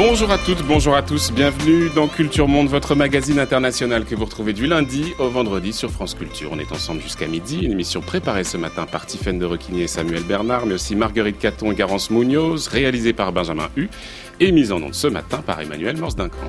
Bonjour à toutes, bonjour à tous, bienvenue dans Culture Monde, votre magazine international que vous retrouvez du lundi au vendredi sur France Culture. On est ensemble jusqu'à midi, une émission préparée ce matin par Tiffaine de Requigny et Samuel Bernard, mais aussi Marguerite Caton et Garance Munoz, réalisée par Benjamin Hu et mise en onde ce matin par Emmanuel Morse-Dincran.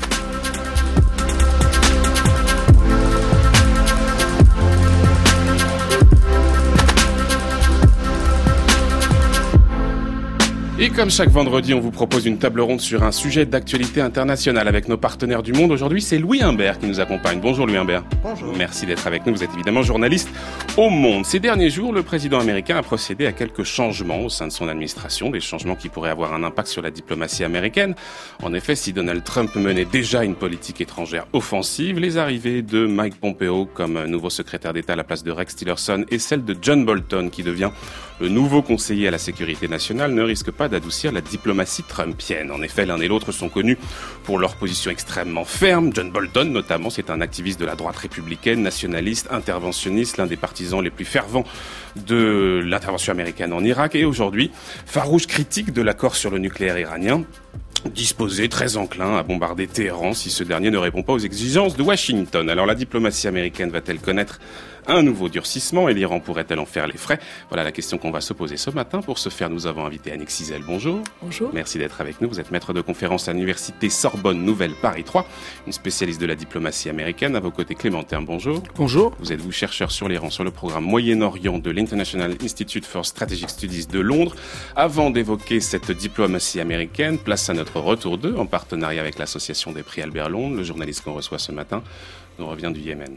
Et comme chaque vendredi, on vous propose une table ronde sur un sujet d'actualité internationale avec nos partenaires du monde. Aujourd'hui, c'est Louis Imbert qui nous accompagne. Bonjour Louis Imbert. Bonjour. Merci d'être avec nous. Vous êtes évidemment journaliste au Monde. Ces derniers jours, le président américain a procédé à quelques changements au sein de son administration, des changements qui pourraient avoir un impact sur la diplomatie américaine. En effet, si Donald Trump menait déjà une politique étrangère offensive, les arrivées de Mike Pompeo comme nouveau secrétaire d'État à la place de Rex Tillerson et celle de John Bolton qui devient le nouveau conseiller à la sécurité nationale ne risquent pas d'adoucir la diplomatie trumpienne. En effet, l'un et l'autre sont connus pour leur position extrêmement ferme. John Bolton, notamment, c'est un activiste de la droite républicaine, nationaliste, interventionniste, l'un des partisans les plus fervents de l'intervention américaine en Irak et aujourd'hui, farouche critique de l'accord sur le nucléaire iranien, disposé, très enclin à bombarder Téhéran si ce dernier ne répond pas aux exigences de Washington. Alors la diplomatie américaine va-t-elle connaître un nouveau durcissement et l'Iran pourrait-elle en faire les frais? Voilà la question qu'on va se poser ce matin. Pour ce faire, nous avons invité Annick Cizel. Bonjour. Bonjour. Merci d'être avec nous. Vous êtes maître de conférence à l'université Sorbonne Nouvelle Paris 3, une spécialiste de la diplomatie américaine. À vos côtés, Clémentin. Bonjour. Bonjour. Vous êtes chercheur sur l'Iran sur le programme Moyen-Orient de l'International Institute for Strategic Studies de Londres. Avant d'évoquer cette diplomatie américaine, place à notre retour 2 en partenariat avec l'association des prix Albert Londres. Le journaliste qu'on reçoit ce matin nous revient du Yémen.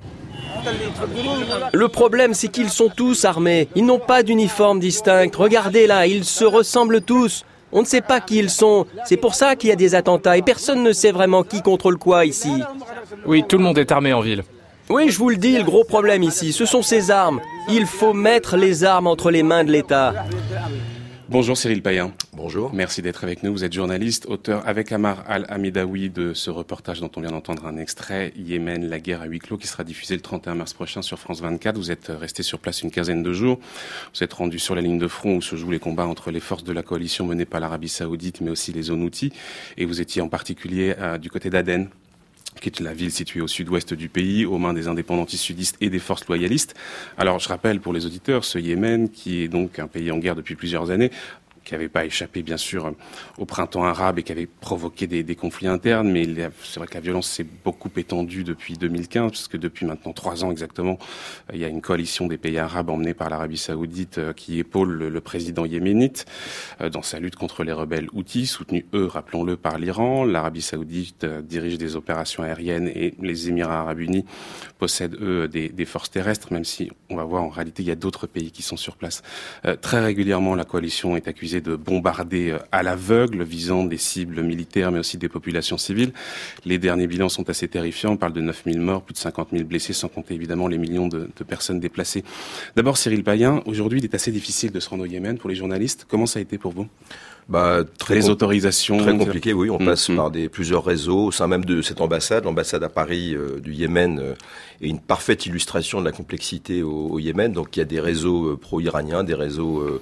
Le problème, c'est qu'ils sont tous armés. Ils n'ont pas d'uniforme distinct. Regardez là, ils se ressemblent tous. On ne sait pas qui ils sont. C'est pour ça qu'il y a des attentats et personne ne sait vraiment qui contrôle quoi ici. Oui, tout le monde est armé en ville. Oui, je vous le dis, le gros problème ici, ce sont ces armes. Il faut mettre les armes entre les mains de l'État. Bonjour Cyril Payen. Bonjour. Merci d'être avec nous. Vous êtes journaliste, auteur avec Amar Al-Hamidaoui de ce reportage dont on vient d'entendre un extrait, Yémen, la guerre à huis clos, qui sera diffusé le 31 mars prochain sur France 24. Vous êtes resté sur place une quinzaine de jours. Vous êtes rendu sur la ligne de front où se jouent les combats entre les forces de la coalition menée par l'Arabie Saoudite, mais aussi les zones Houthis. Et vous étiez en particulier du côté d'Aden, qui est la ville située au sud-ouest du pays, aux mains des indépendantistes sudistes et des forces loyalistes. Alors, je rappelle pour les auditeurs, ce Yémen, qui est donc un pays en guerre depuis plusieurs années, qui n'avait pas échappé, bien sûr, au printemps arabe et qui avait provoqué des conflits internes. Mais c'est vrai que la violence s'est beaucoup étendue depuis 2015, puisque depuis maintenant 3 ans exactement, il y a une coalition des pays arabes emmenée par l'Arabie Saoudite qui épaule le président yéménite dans sa lutte contre les rebelles Houthis, soutenus, eux, rappelons-le, par l'Iran. L'Arabie Saoudite dirige des opérations aériennes et les Émirats arabes unis possèdent, eux, des forces terrestres, même si, on va voir, en réalité, il y a d'autres pays qui sont sur place. Très régulièrement, la coalition est accusée de bombarder à l'aveugle, visant des cibles militaires, mais aussi des populations civiles. Les derniers bilans sont assez terrifiants. On parle de 9 000 morts, plus de 50 000 blessés, sans compter évidemment les millions de personnes déplacées. D'abord, Cyril Payen, aujourd'hui, il est assez difficile de se rendre au Yémen pour les journalistes. Comment ça a été pour vous ? Les autorisations. Très compliqué, oui. On passe par plusieurs réseaux au sein même de cette ambassade. L'ambassade à Paris du Yémen est une parfaite illustration de la complexité au Yémen. Donc il y a des réseaux pro-iraniens, des réseaux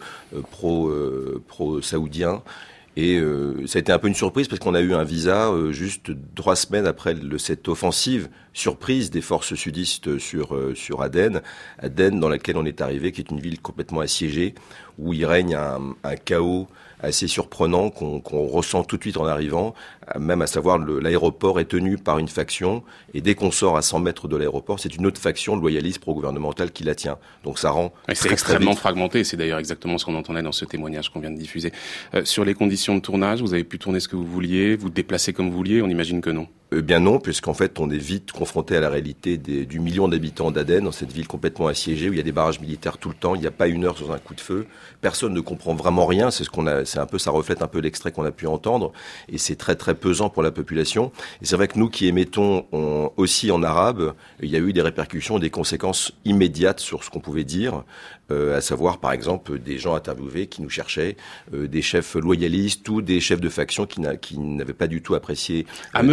pro-saoudiens. Et ça a été un peu une surprise parce qu'on a eu un visa juste 3 semaines après cette offensive surprise des forces sudistes sur Aden. Aden, dans laquelle on est arrivé, qui est une ville complètement assiégée, où il règne un chaos assez surprenant qu'on ressent tout de suite en arrivant, même à savoir l'aéroport est tenu par une faction et dès qu'on sort à 100 mètres de l'aéroport, c'est une autre faction loyaliste pro-gouvernementale qui la tient. Donc ça rend c'est extrêmement fragmenté, c'est d'ailleurs exactement ce qu'on entendait dans ce témoignage qu'on vient de diffuser. Sur les conditions de tournage, vous avez pu tourner ce que vous vouliez, vous déplacer comme vous vouliez, on imagine que non. Bien non, puisqu'en fait on est vite confronté à la réalité du million d'habitants d'Aden, dans cette ville complètement assiégée où il y a des barrages militaires tout le temps, il n'y a pas une heure sans un coup de feu, personne ne comprend vraiment rien, ça reflète un peu l'extrait qu'on a pu entendre, et c'est très très pesant pour la population. Et c'est vrai que nous qui émettons aussi en arabe, il y a eu des répercussions, des conséquences immédiates sur ce qu'on pouvait dire, à savoir par exemple des gens interviewés qui nous cherchaient, des chefs loyalistes ou des chefs de faction qui n'avaient pas du tout apprécié à mesure que vous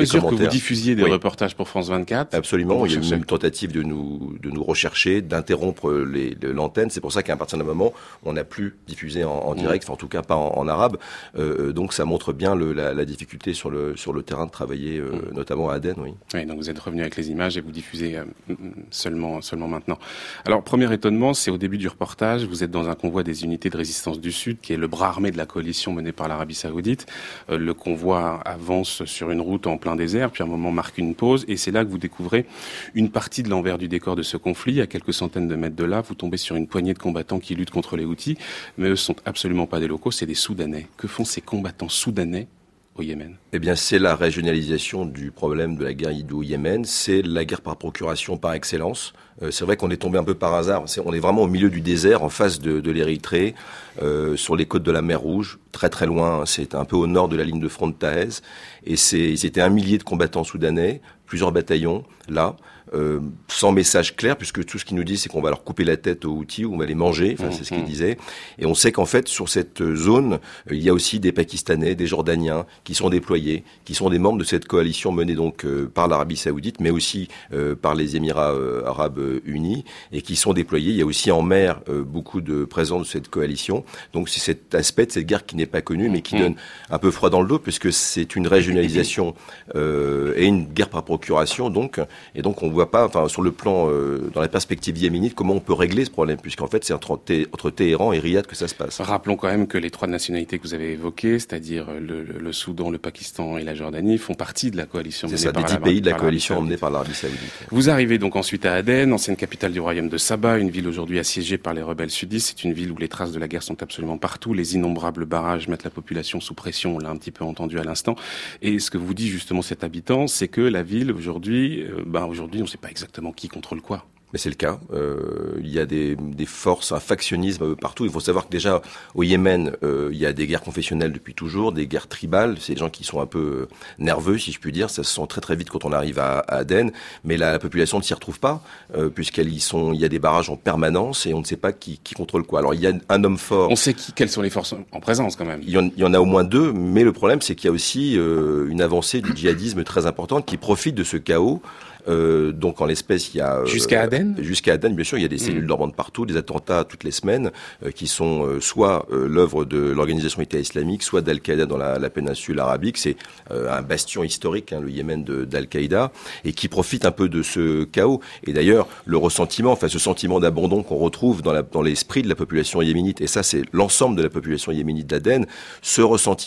Vous diffusiez des reportages pour France 24. Absolument. Il y a eu une tentative de nous rechercher, d'interrompre l'antenne. C'est pour ça qu'à partir d'un moment, on n'a plus diffusé en direct, enfin en tout cas pas en arabe. Donc ça montre bien la difficulté sur le terrain de travailler, notamment à Aden. Oui, donc vous êtes revenu avec les images et vous diffusez seulement maintenant. Alors, premier étonnement, c'est au début du reportage, vous êtes dans un convoi des unités de résistance du Sud, qui est le bras armé de la coalition menée par l'Arabie Saoudite. Le convoi avance sur une route en plein désert, puis à un moment marque une pause, et c'est là que vous découvrez une partie de l'envers du décor de ce conflit. À quelques centaines de mètres de là, vous tombez sur une poignée de combattants qui luttent contre les Houthis, mais eux sont absolument pas des locaux, c'est des Soudanais. Que font ces combattants soudanais au Yémen? Eh bien, c'est la régionalisation du problème de la guerre au Yémen. C'est la guerre par procuration par excellence. C'est vrai qu'on est tombé un peu par hasard. On est vraiment au milieu du désert, en face de l'Érythrée, sur les côtes de la mer Rouge, très très loin. C'est un peu au nord de la ligne de front de Taez. Et c'était 1 millier de combattants soudanais, plusieurs bataillons, là. Sans message clair, puisque tout ce qu'ils nous disent, c'est qu'on va leur couper la tête aux Houthis, ou on va les manger, enfin c'est ce qu'ils disaient. Et on sait qu'en fait, sur cette zone, il y a aussi des Pakistanais, des Jordaniens, qui sont déployés, qui sont des membres de cette coalition menée donc par l'Arabie Saoudite, mais aussi par les Émirats Arabes Unis, et qui sont déployés. Il y a aussi en mer beaucoup de présence de cette coalition. Donc c'est cet aspect de cette guerre qui n'est pas connu, mais qui donne un peu froid dans le dos, puisque c'est une régionalisation et une guerre par procuration, donc. Et donc on voit pas, enfin sur le plan, dans la perspective yéménite, comment on peut régler ce problème, puisqu'en fait c'est entre Téhéran et Riyad que ça se passe. Rappelons quand même que les 3 nationalités que vous avez évoquées, c'est-à-dire le Soudan, le Pakistan et la Jordanie, font partie de la coalition menée par l'Arabie Saoudite. C'est ça, des 10 pays de la coalition emmenée par l'Arabie Saoudite. Vous arrivez donc ensuite à Aden, ancienne capitale du royaume de Saba, une ville aujourd'hui assiégée par les rebelles sudistes. C'est une ville où les traces de la guerre sont absolument partout. Les innombrables barrages mettent la population sous pression, on l'a un petit peu entendu à l'instant. Et ce que vous dit justement cet habitant, c'est que la ville aujourd'hui, aujourd'hui on ne sait pas exactement qui contrôle quoi. Mais c'est le cas. Il y a des forces, un factionnisme partout. Il faut savoir que déjà, au Yémen, il y a des guerres confessionnelles depuis toujours, des guerres tribales. C'est des gens qui sont un peu nerveux, si je puis dire. Ça se sent très très vite quand on arrive à Aden. Mais la population ne s'y retrouve pas, puisqu'il y a des barrages en permanence et on ne sait pas qui contrôle quoi. Alors il y a un homme fort. On sait quelles sont les forces en présence quand même. Il y en a au moins 2, mais le problème c'est qu'il y a aussi une avancée du djihadisme très importante qui profite de ce chaos. Donc en l'espèce, il y a jusqu'à Aden. Jusqu'à Aden, bien sûr, il y a des cellules dormantes partout, des attentats toutes les semaines, qui sont soit l'œuvre de l'organisation État islamique, soit d'Al-Qaïda dans la péninsule arabique. C'est un bastion historique, le Yémen d'Al-Qaïda, et qui profite un peu de ce chaos. Et d'ailleurs, le ressentiment, enfin ce sentiment d'abandon qu'on retrouve dans l'esprit de la population yéménite, et ça c'est l'ensemble de la population yéménite d'Aden, ce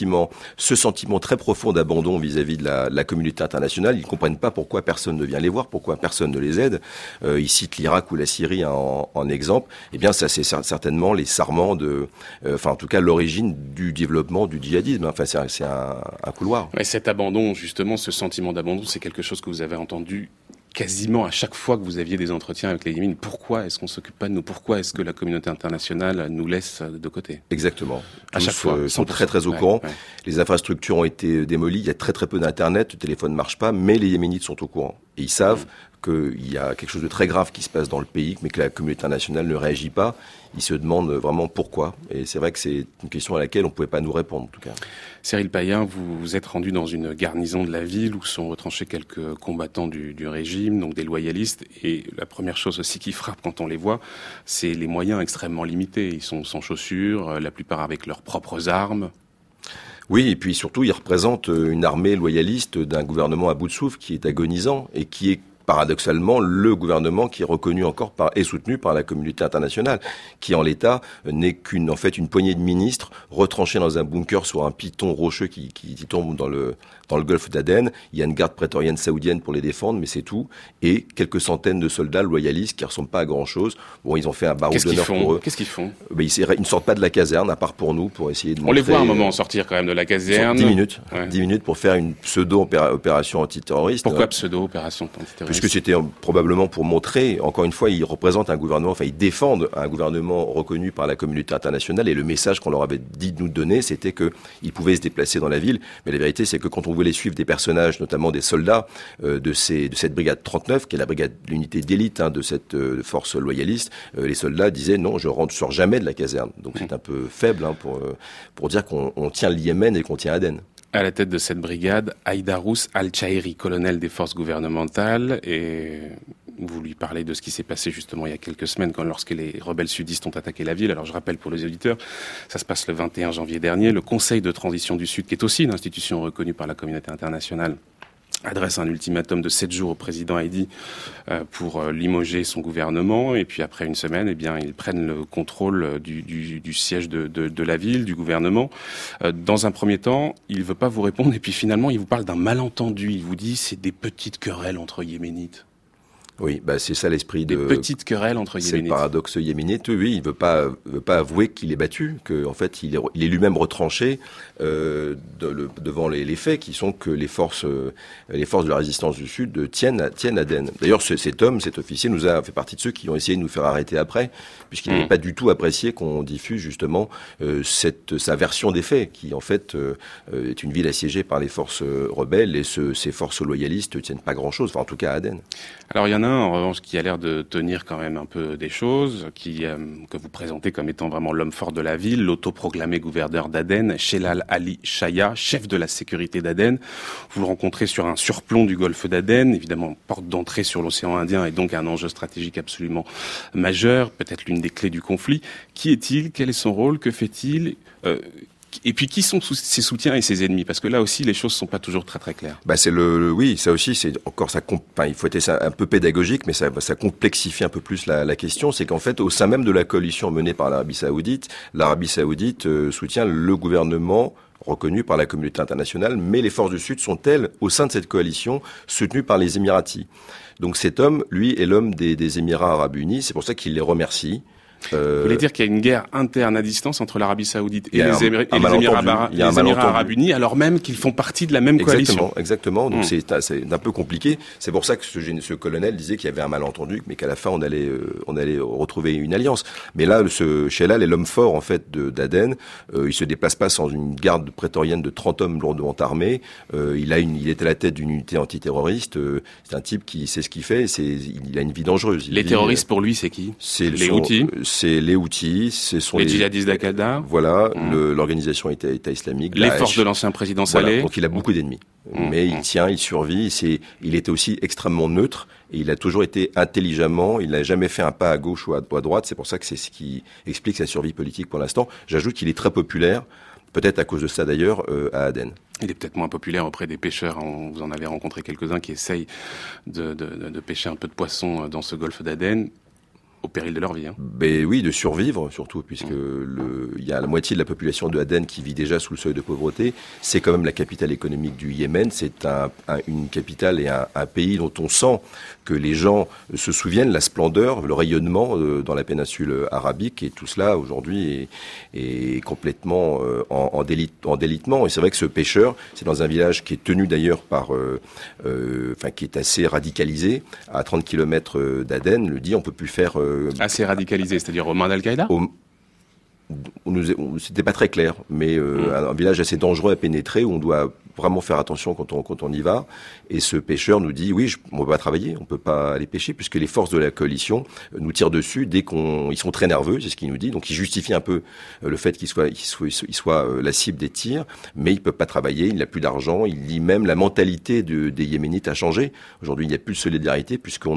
sentiment très profond d'abandon vis-à-vis de la communauté internationale, ils ne comprennent pas pourquoi personne ne vient les voir, pourquoi personne ne les aide. Ils citent l'Irak ou la Syrie en exemple. Eh bien, ça c'est certainement les sarments en tout cas l'origine du développement du djihadisme. Enfin, c'est un couloir. Ouais, cet abandon, justement, ce sentiment d'abandon, c'est quelque chose que vous avez entendu quasiment à chaque fois que vous aviez des entretiens avec les Yéménites. Pourquoi est-ce qu'on s'occupe pas de nous? Pourquoi est-ce que la communauté internationale nous laisse de côté? Exactement. À chaque fois. Ils sont très très au courant. Ouais. Les infrastructures ont été démolies. Il y a très très peu d'internet. Le téléphone ne marche pas. Mais les Yéménites sont au courant. Et ils savent qu'il y a quelque chose de très grave qui se passe dans le pays, mais que la communauté internationale ne réagit pas. Ils se demandent vraiment pourquoi. Et c'est vrai que c'est une question à laquelle on ne pouvait pas nous répondre, en tout cas. Cyril Payen, vous vous êtes rendu dans une garnison de la ville où sont retranchés quelques combattants du régime, donc des loyalistes. Et la première chose aussi qui frappe quand on les voit, c'est les moyens extrêmement limités. Ils sont sans chaussures, la plupart avec leurs propres armes. Oui, et puis surtout, ils représentent une armée loyaliste d'un gouvernement à bout de souffle qui est agonisant et qui est paradoxalement le gouvernement qui est reconnu encore et soutenu par la communauté internationale, qui en l'état n'est qu'une poignée de ministres retranchés dans un bunker sur un piton rocheux qui tombe dans le golfe d'Aden. Il y a une garde prétorienne saoudienne pour les défendre, mais c'est tout. Et quelques centaines de soldats loyalistes qui ne ressemblent pas à grand-chose. Bon, ils ont fait un barreau d'honneur pour eux. Qu'est-ce qu'ils font? Ils ne sortent pas de la caserne, à part pour nous, pour essayer de montrer... On les voit à un moment sortir quand même de la caserne. 10 minutes. Ouais. 10 minutes pour faire une pseudo-opération antiterroriste. Pourquoi pseudo-opération antiterroriste? Puisque c'était probablement pour montrer, encore une fois, ils représentent un gouvernement, ils défendent un gouvernement reconnu par la communauté internationale, et le message qu'on leur avait dit de nous donner, c'était qu'ils pouvaient se déplacer dans la ville. Mais la vérité, c'est que quand on voulait suivre des personnages, notamment des soldats de cette brigade 39, qui est l'unité d'élite de cette force loyaliste, les soldats disaient non, je ne sors jamais de la caserne. Donc c'est un peu faible pour dire qu'on tient le Yémen et qu'on tient Aden. À la tête de cette brigade, Aïdarous Al-Chairi, colonel des forces gouvernementales, et vous lui parlez de ce qui s'est passé justement il y a quelques semaines lorsque les rebelles sudistes ont attaqué la ville. Alors je rappelle pour les auditeurs, ça se passe le 21 janvier dernier. Le Conseil de transition du Sud, qui est aussi une institution reconnue par la communauté internationale, adresse un ultimatum de 7 jours au président Haïdi pour limoger son gouvernement. Et puis après une semaine, ils prennent le contrôle du siège de la ville, du gouvernement. Dans un premier temps, il ne veut pas vous répondre. Et puis finalement, il vous parle d'un malentendu. Il vous dit c'est des petites querelles entre yéménites. Oui, c'est ça l'esprit de... Des petites querelles entre yéménites. C'est le paradoxe yéménite. Oui, il veut pas avouer qu'il est battu, que en fait il est lui-même retranché devant les faits qui sont que les forces de la résistance du Sud tiennent Aden. D'ailleurs, cet officier fait partie de ceux qui ont essayé de nous faire arrêter après, puisqu'il n'avait pas du tout apprécié qu'on diffuse justement sa version des faits, qui en fait est une ville assiégée par les forces rebelles et ces forces loyalistes tiennent pas grand-chose, enfin en tout cas à Aden. Alors il y en a un, en revanche, qui a l'air de tenir quand même un peu des choses, que vous présentez comme étant vraiment l'homme fort de la ville, l'autoproclamé gouverneur d'Aden, Shelal Ali Shaya, chef de la sécurité d'Aden. Vous le rencontrez sur un surplomb du golfe d'Aden, évidemment porte d'entrée sur l'océan Indien et donc un enjeu stratégique absolument majeur, peut-être l'une des clés du conflit. Qui est-il? Quel est son rôle? Que fait-il? Et puis, qui sont ses soutiens et ses ennemis? Parce que là aussi, les choses sont pas toujours très très claires. Oui, ça aussi, c'est encore ça. Il faut être un peu pédagogique, mais ça complexifie un peu plus la question. C'est qu'en fait, au sein même de la coalition menée par l'Arabie Saoudite soutient le gouvernement reconnu par la communauté internationale, mais les forces du Sud sont-elles, au sein de cette coalition, soutenues par les Émiratis. Donc cet homme, lui, est l'homme des Émirats Arabes Unis. C'est pour ça qu'il les remercie. Vous voulez dire qu'il y a une guerre interne à distance entre l'Arabie Saoudite et les Émirats Arabes Unis, alors même qu'ils font partie de la même coalition. Exactement. Donc c'est un peu compliqué. C'est pour ça que ce colonel disait qu'il y avait un malentendu, mais qu'à la fin on allait retrouver une alliance. Mais là, ce Shelal est l'homme fort en fait d'Aden. Il se déplace pas sans une garde prétorienne de 30 hommes lourdement armés. Il est à la tête d'une unité antiterroriste. C'est un type qui sait ce qu'il fait. Il a une vie dangereuse. Les terroristes pour lui, c'est qui? C'est les Houthis. C'est les Houthis, ce sont les djihadistes d'Al-Qaïda. Voilà, l'organisation État islamique. Les forces de l'ancien président Saleh. Voilà, donc il a beaucoup d'ennemis. Mais il tient, il survit. Il était aussi extrêmement neutre et il a toujours été intelligemment. Il n'a jamais fait un pas à gauche ou à droite. C'est pour ça que c'est ce qui explique sa survie politique pour l'instant. J'ajoute qu'il est très populaire, peut-être à cause de ça d'ailleurs, à Aden. Il est peut-être moins populaire auprès des pêcheurs. Vous en avez rencontré quelques-uns qui essayent de pêcher un peu de poissons dans ce golfe d'Aden. Au péril de leur vie. Oui, de survivre surtout, puisque il y a la moitié de la population de Aden qui vit déjà sous le seuil de pauvreté. C'est quand même la capitale économique du Yémen. C'est une capitale et un pays dont on sent que les gens se souviennent la splendeur, le rayonnement dans la péninsule arabique. Et tout cela aujourd'hui est complètement en délitement. Et c'est vrai que ce pêcheur, c'est dans un village qui est tenu d'ailleurs qui est assez radicalisé, à 30 km d'Aden. Le dit, on peut plus faire assez radicalisé, c'est-à-dire aux mains d'Al-Qaïda? C'était pas très clair, mais un village assez dangereux à pénétrer où on doit vraiment faire attention quand on y va. Et ce pêcheur nous dit on peut pas travailler, on peut pas aller pêcher puisque les forces de la coalition nous tirent dessus dès ils sont très nerveux, c'est ce qu'il nous dit. Donc il justifie un peu le fait qu'il soit la cible des tirs, mais il peut pas travailler, il n'a plus d'argent. Il dit même la mentalité des Yéménites a changé. Aujourd'hui, il n'y a plus de solidarité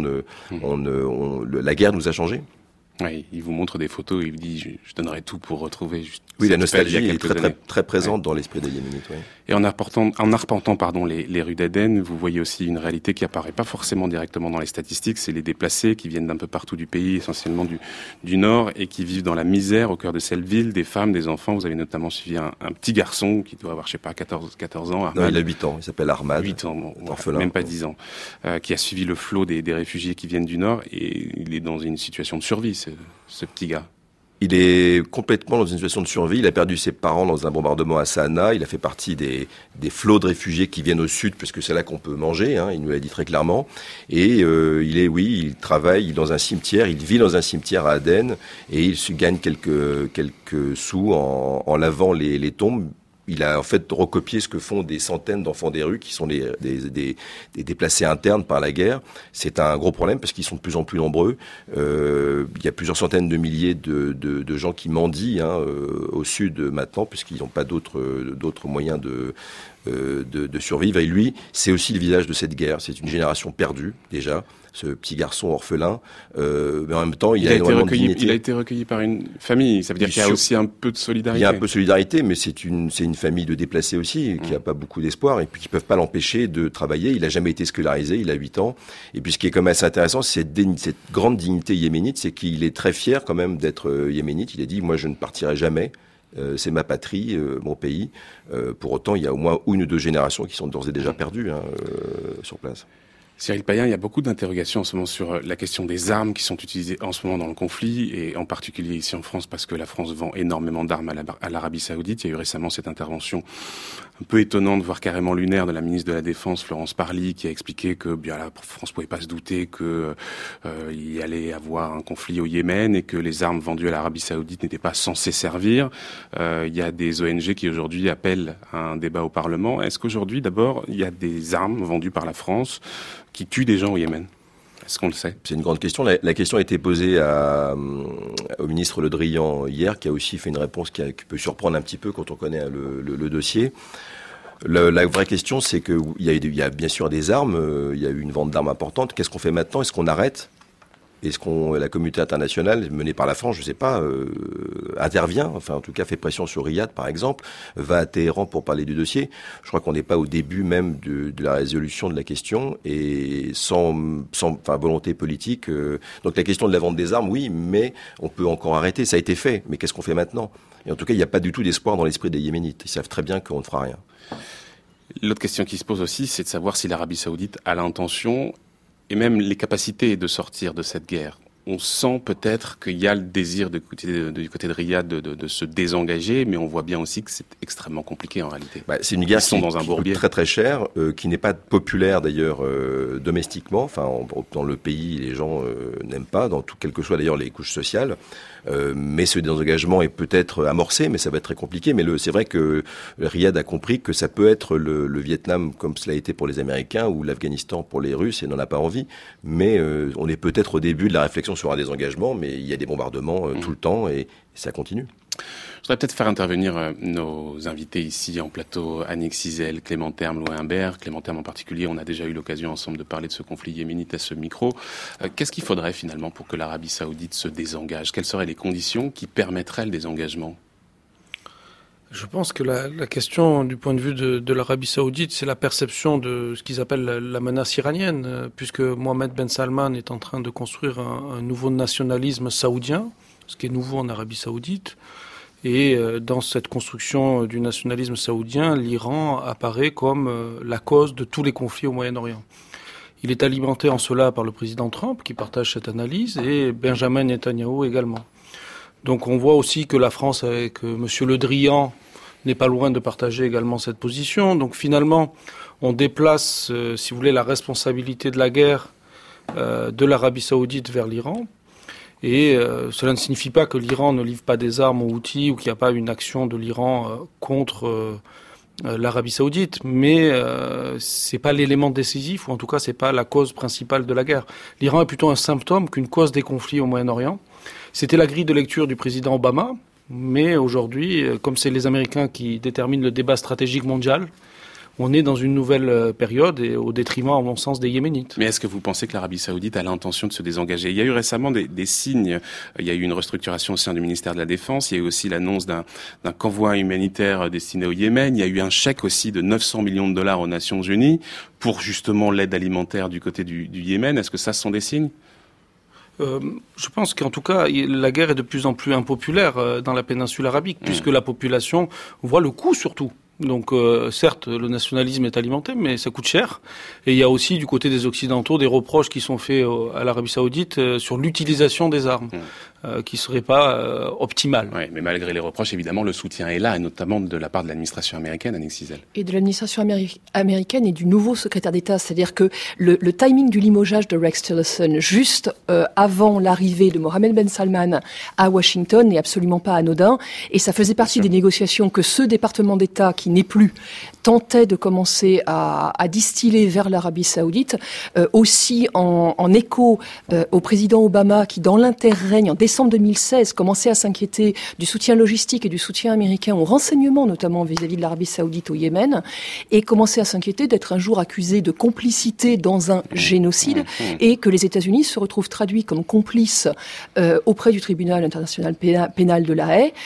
la guerre nous a changé. Oui, il vous montre des photos et il vous dit je donnerais tout pour retrouver. Oui, la nostalgie est très présente dans l'esprit des Yéménites. Oui. Et en arpentant les rues d'Aden, vous voyez aussi une réalité qui apparaît pas forcément directement dans les statistiques. C'est les déplacés qui viennent d'un peu partout du pays, essentiellement du nord, et qui vivent dans la misère au cœur de cette ville, des femmes, des enfants. Vous avez notamment suivi un petit garçon qui doit avoir, 14 ans. Armad. Non, il a 8 ans. Il s'appelle Armad. 8 ans, orphelin, même pas 10 ans. Qui a suivi le flot des réfugiés qui viennent du nord, et il est dans une situation de survie, ce petit gars. Il est complètement dans une situation de survie. Il a perdu ses parents dans un bombardement à Sanaa. Il a fait partie des flots de réfugiés qui viennent au sud, puisque c'est là qu'on peut manger. Il nous l'a dit très clairement. Et il travaille dans un cimetière. Il vit dans un cimetière à Aden et il se gagne quelques sous en lavant les tombes. il a en fait recopié ce que font des centaines d'enfants des rues qui sont des déplacés internes par la guerre. C'est un gros problème parce qu'ils sont de plus en plus nombreux. Il y a plusieurs centaines de milliers de gens qui mendient au sud maintenant puisqu'ils n'ont pas d'autres moyens de survivre. Et lui, c'est aussi le visage de cette guerre. C'est une génération perdue déjà. Ce petit garçon orphelin, mais en même temps, il a énormément de dignité. Il a été recueilli par une famille. Ça veut dire qu'il y a aussi un peu de solidarité. Il y a un peu de solidarité, mais c'est une famille de déplacés aussi, qui n'a pas beaucoup d'espoir, et puis qui peuvent pas l'empêcher de travailler. Il a jamais été scolarisé, il a 8 ans. Et puis ce qui est quand même assez intéressant, c'est cette grande dignité yéménite, c'est qu'il est très fier quand même d'être yéménite. Il a dit, moi je ne partirai jamais. C'est ma patrie, mon pays. Pour autant, il y a au moins une ou deux générations qui sont d'ores et déjà perdues sur place. Cyril Payen, il y a beaucoup d'interrogations en ce moment sur la question des armes qui sont utilisées en ce moment dans le conflit, et en particulier ici en France, parce que la France vend énormément d'armes à l'Arabie Saoudite. Il y a eu récemment cette intervention un peu étonnante, voire carrément lunaire, de la ministre de la Défense, Florence Parly, qui a expliqué que la France pouvait pas se douter que il y allait avoir un conflit au Yémen et que les armes vendues à l'Arabie Saoudite n'étaient pas censées servir. Il y a des ONG qui aujourd'hui appellent à un débat au Parlement. Est-ce qu'aujourd'hui, d'abord, il y a des armes vendues par la France qui tuent des gens au Yémen? Est-ce qu'on le sait? C'est une grande question. La question a été posée au ministre Le Drian hier, qui a aussi fait une réponse qui peut surprendre un petit peu quand on connaît le dossier. La vraie question, c'est qu'il y a bien sûr des armes, il y a eu une vente d'armes importante. Qu'est-ce qu'on fait maintenant? Est-ce qu'on arrête? Est-ce la communauté internationale, menée par la France, je ne sais pas, intervient, enfin en tout cas fait pression sur Riyad par exemple, va à Téhéran pour parler du dossier? Je crois qu'on n'est pas au début même de la résolution de la question, et sans volonté politique. Donc la question de la vente des armes, oui, mais on peut encore arrêter, ça a été fait, mais qu'est-ce qu'on fait maintenant? Et en tout cas, il n'y a pas du tout d'espoir dans l'esprit des Yéménites. Ils savent très bien qu'on ne fera rien. L'autre question qui se pose aussi, c'est de savoir si l'Arabie Saoudite a l'intention et même les capacités de sortir de cette guerre. On sent peut-être qu'il y a le désir du côté de Riyad de se désengager, mais on voit bien aussi que c'est extrêmement compliqué en réalité. C'est une guerre qui coûte très très cher, qui n'est pas populaire d'ailleurs domestiquement. Enfin, dans le pays, les gens n'aiment pas, quelles que soient d'ailleurs les couches sociales. Mais ce désengagement est peut-être amorcé, mais ça va être très compliqué. Mais c'est vrai que Riyad a compris que ça peut être le Vietnam comme cela a été pour les Américains ou l'Afghanistan pour les Russes, et n'en a pas envie. Mais on est peut-être au début de la réflexion sur un désengagement, mais il y a des bombardements tout le temps et ça continue. Je voudrais peut-être faire intervenir nos invités ici en plateau, Annick Cizel, Clément Terme, Louis Imbert. Clément Terme en particulier, on a déjà eu l'occasion ensemble de parler de ce conflit yéménite à ce micro. Qu'est-ce qu'il faudrait finalement pour que l'Arabie Saoudite se désengage? Quelles seraient les conditions qui permettraient le désengagement? Je pense que la question du point de vue de l'Arabie Saoudite, c'est la perception de ce qu'ils appellent la menace iranienne, puisque Mohammed Ben Salman est en train de construire un nouveau nationalisme saoudien, ce qui est nouveau en Arabie Saoudite. Et dans cette construction du nationalisme saoudien, l'Iran apparaît comme la cause de tous les conflits au Moyen-Orient. Il est alimenté en cela par le président Trump, qui partage cette analyse, et Benjamin Netanyahou également. Donc on voit aussi que la France, avec M. Le Drian, n'est pas loin de partager également cette position. Donc finalement, on déplace, si vous voulez, la responsabilité de la guerre de l'Arabie Saoudite vers l'Iran. Et cela ne signifie pas que l'Iran ne livre pas des armes aux Houthis ou qu'il n'y a pas une action de l'Iran contre l'Arabie Saoudite, mais c'est pas l'élément décisif, ou en tout cas c'est pas la cause principale de la guerre. L'Iran est plutôt un symptôme qu'une cause des conflits au Moyen-Orient. C'était la grille de lecture du président Obama, mais aujourd'hui, comme c'est les Américains qui déterminent le débat stratégique mondial, on est dans une nouvelle période et au détriment, à mon sens, des Yéménites. Mais est-ce que vous pensez que l'Arabie Saoudite a l'intention de se désengager? Il y a eu récemment des signes. Il y a eu une restructuration au sein du ministère de la Défense. Il y a eu aussi l'annonce d'un convoi humanitaire destiné au Yémen. Il y a eu un chèque aussi de 900 millions de dollars aux Nations Unies pour justement l'aide alimentaire du côté du Yémen. Est-ce que ça, ce sont des signes? Je pense qu'en tout cas, la guerre est de plus en plus impopulaire dans la péninsule arabique, puisque la population voit le coût surtout Donc certes, le nationalisme est alimenté, mais ça coûte cher. Et il y a aussi du côté des Occidentaux des reproches qui sont faits à l'Arabie Saoudite sur l'utilisation des armes, qui serait pas optimale. Oui, mais malgré les reproches, évidemment, le soutien est là, et notamment de la part de l'administration américaine, Annick Cizel. Et de l'administration américaine et du nouveau secrétaire d'État, c'est-à-dire que le timing du limogeage de Rex Tillerson, juste avant l'arrivée de Mohammed Ben Salman à Washington, n'est absolument pas anodin. Et ça faisait partie des négociations que ce département d'État, qui n'est plus, tentait de commencer à distiller vers l'Arabie Saoudite, aussi en écho au président Obama, qui dans l'interrègne, en décembre 2016, commençait à s'inquiéter du soutien logistique et du soutien américain au renseignement, notamment vis-à-vis de l'Arabie Saoudite au Yémen, et commençait à s'inquiéter d'être un jour accusé de complicité dans un génocide, et que les États-Unis se retrouvent traduits comme complices auprès du tribunal international pénal de La Haye.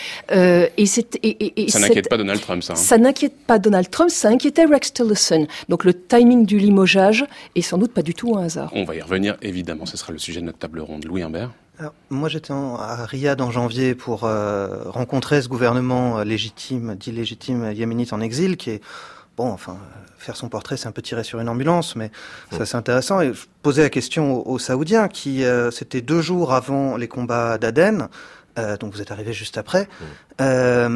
Ça n'inquiète pas Donald Trump, ça. Ça n'inquiète pas Donald Trump, ça inquiétait Rex Tillerson. Donc le timing du limogeage est sans doute pas du tout un hasard. On va y revenir, évidemment, ce sera le sujet de notre table ronde. Louis Imbert. Alors, moi, j'étais à Riyad en janvier pour rencontrer ce gouvernement dit légitime yéménite en exil, qui est, faire son portrait, c'est un peu tirer sur une ambulance, mais c'est assez intéressant. Et je posais la question aux Saoudiens, qui, c'était 2 jours avant les combats d'Aden, donc vous êtes arrivé juste après, et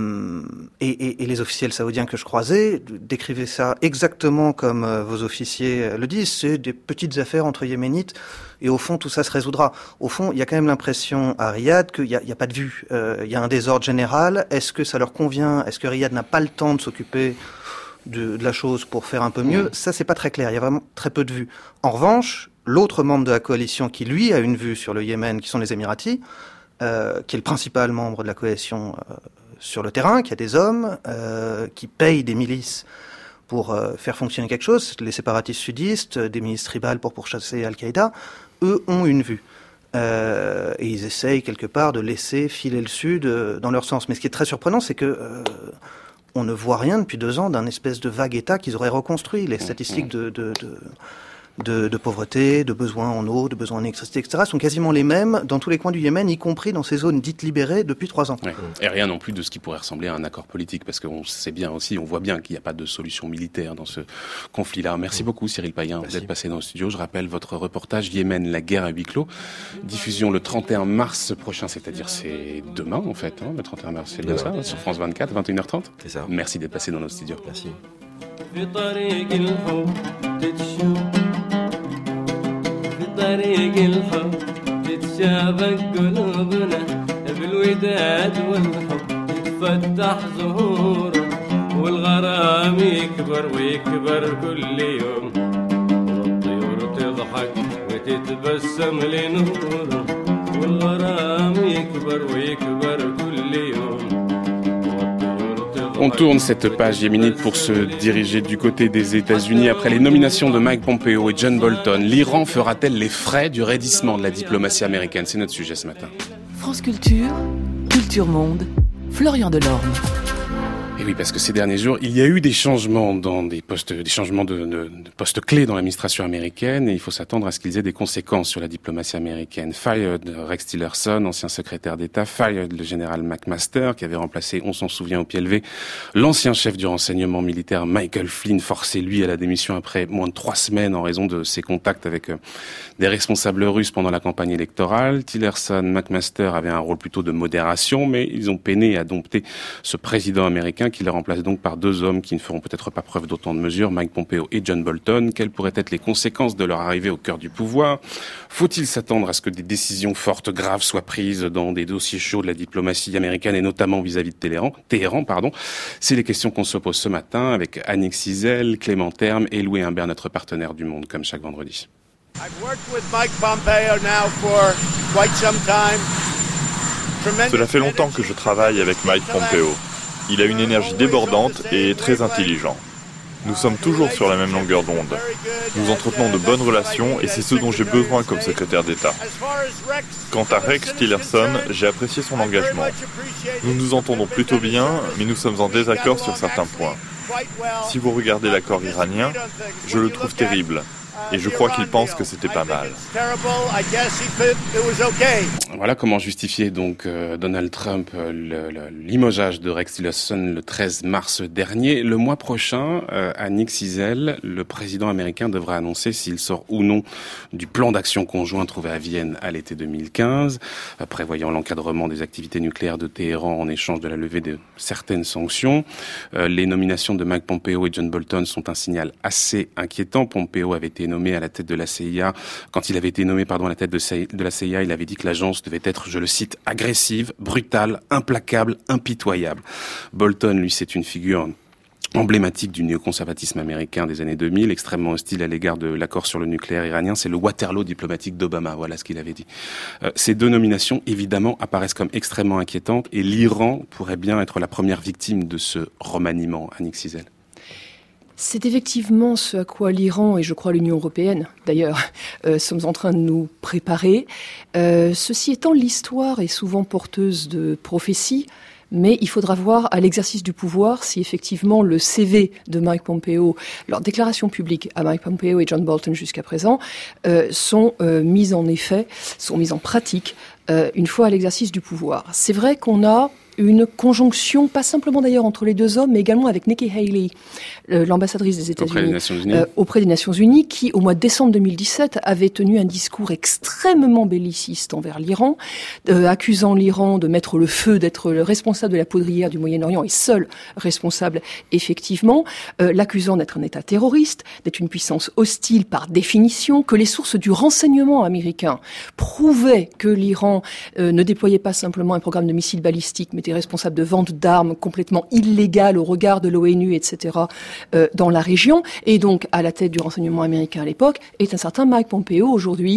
les officiels saoudiens que je croisais décrivaient ça exactement comme vos officiers le disent, c'est des petites affaires entre yéménites, et au fond tout ça se résoudra. Au fond, il y a quand même l'impression à Riyad qu'il y a pas de vue, il y a un désordre général. Est-ce que ça leur convient? Est-ce que Riyad n'a pas le temps de s'occuper de la chose pour faire un peu mieux? Ça, c'est pas très clair, il y a vraiment très peu de vues. En revanche, l'autre membre de la coalition qui, lui, a une vue sur le Yémen, qui sont les Émiratis, qui est le principal membre de la coalition sur le terrain, qui a des hommes, qui payent des milices pour faire fonctionner quelque chose, les séparatistes sudistes, des milices tribales pour pourchasser Al-Qaïda, eux ont une vue. Et ils essayent quelque part de laisser filer le Sud dans leur sens. Mais ce qui est très surprenant, c'est que on ne voit rien depuis 2 ans d'un espèce de vague État qu'ils auraient reconstruit. Les statistiques de pauvreté, de besoins en eau, de besoins en électricité, etc. sont quasiment les mêmes dans tous les coins du Yémen, y compris dans ces zones dites libérées depuis 3 ans. Ouais. Et rien non plus de ce qui pourrait ressembler à un accord politique, parce qu'on sait bien aussi, on voit bien qu'il n'y a pas de solution militaire dans ce conflit-là. Merci beaucoup Cyril Payen d'être passé dans le studio. Je rappelle votre reportage Yémen, la guerre à huis clos. Diffusion le 31 mars prochain, c'est-à-dire c'est demain en fait, le 31 mars, c'est bien ça, sur France 24, 21h30. C'est ça. Merci d'être passé dans notre studio. Merci. طريق الحب تتشابك قلوبنا بالوداد والحب تتفتح زهوره والغرام يكبر ويكبر كل يوم والطيور تضحك وتتبسم لنوره والغرام يكبر ويكبر كل يوم. On tourne cette page yéménite pour se diriger du côté des États-Unis. Après les nominations de Mike Pompeo et John Bolton, l'Iran fera-t-elle les frais du raidissement de la diplomatie américaine? C'est notre sujet ce matin. France Culture, Culture Monde, Florian Delorme. Et oui, parce que ces derniers jours, il y a eu des changements dans des changements de postes clés dans l'administration américaine, et il faut s'attendre à ce qu'ils aient des conséquences sur la diplomatie américaine. Fired Rex Tillerson, ancien secrétaire d'État, fired le général McMaster, qui avait remplacé, on s'en souvient au pied levé, l'ancien chef du renseignement militaire Michael Flynn, forcé lui à la démission après moins de 3 semaines en raison de ses contacts avec des responsables russes pendant la campagne électorale. Tillerson, McMaster avaient un rôle plutôt de modération, mais ils ont peiné à dompter ce président américain qui les remplace donc par 2 hommes qui ne feront peut-être pas preuve d'autant de mesures, Mike Pompeo et John Bolton. Quelles pourraient être les conséquences de leur arrivée au cœur du pouvoir? Faut-il s'attendre à ce que des décisions fortes, graves soient prises dans des dossiers chauds de la diplomatie américaine et notamment vis-à-vis de Téhéran, C'est les questions qu'on se pose ce matin avec Annick Cizel, Clément Terme et Louis Imbert, notre partenaire du Monde, comme chaque vendredi. Cela fait longtemps que je travaille avec Mike Pompeo. Il a une énergie débordante et est très intelligent. Nous sommes toujours sur la même longueur d'onde. Nous entretenons de bonnes relations et c'est ce dont j'ai besoin comme secrétaire d'État. Quant à Rex Tillerson, j'ai apprécié son engagement. Nous nous entendons plutôt bien, mais nous sommes en désaccord sur certains points. Si vous regardez l'accord iranien, je le trouve terrible. Et je crois qu'il pense que c'était pas mal. Voilà comment justifier donc Donald Trump le limogeage de Rex Tillerson le 13 mars dernier. Le mois prochain, Annick Cizel, le président américain devra annoncer s'il sort ou non du plan d'action conjoint trouvé à Vienne à l'été 2015, prévoyant l'encadrement des activités nucléaires de Téhéran en échange de la levée de certaines sanctions. Les nominations de Mike Pompeo et John Bolton sont un signal assez inquiétant. Pompeo avait été nommé à la tête de la CIA. Quand il avait été nommé, à la tête de la CIA, il avait dit que l'agence devait être, je le cite, agressive, brutale, implacable, impitoyable. Bolton, lui, c'est une figure emblématique du néoconservatisme américain des années 2000, extrêmement hostile à l'égard de l'accord sur le nucléaire iranien. C'est le Waterloo diplomatique d'Obama, voilà ce qu'il avait dit. Ces deux nominations, évidemment, apparaissent comme extrêmement inquiétantes et l'Iran pourrait bien être la première victime de ce remaniement, Annick Cizel. C'est effectivement ce à quoi l'Iran et je crois l'Union européenne, d'ailleurs, sommes en train de nous préparer. Ceci étant, l'histoire est souvent porteuse de prophéties, mais il faudra voir à l'exercice du pouvoir si effectivement le CV de Mike Pompeo, leurs déclarations publiques à Mike Pompeo et John Bolton jusqu'à présent, sont mises en pratique une fois à l'exercice du pouvoir. C'est vrai qu'on a une conjonction, pas simplement d'ailleurs entre les deux hommes, mais également avec Nikki Haley, l'ambassadrice des États-Unis auprès des Nations Unies, qui au mois de décembre 2017 avait tenu un discours extrêmement belliciste envers l'Iran, accusant l'Iran de mettre le feu, d'être le responsable de la poudrière du Moyen-Orient et seul responsable effectivement, l'accusant d'être un État terroriste, d'être une puissance hostile par définition, que les sources du renseignement américain prouvaient que l'Iran ne déployait pas simplement un programme de missiles balistiques, mais était responsable de vente d'armes complètement illégales au regard de l'ONU, etc., dans la région. Et donc, à la tête du renseignement américain à l'époque, est un certain Mike Pompeo, aujourd'hui,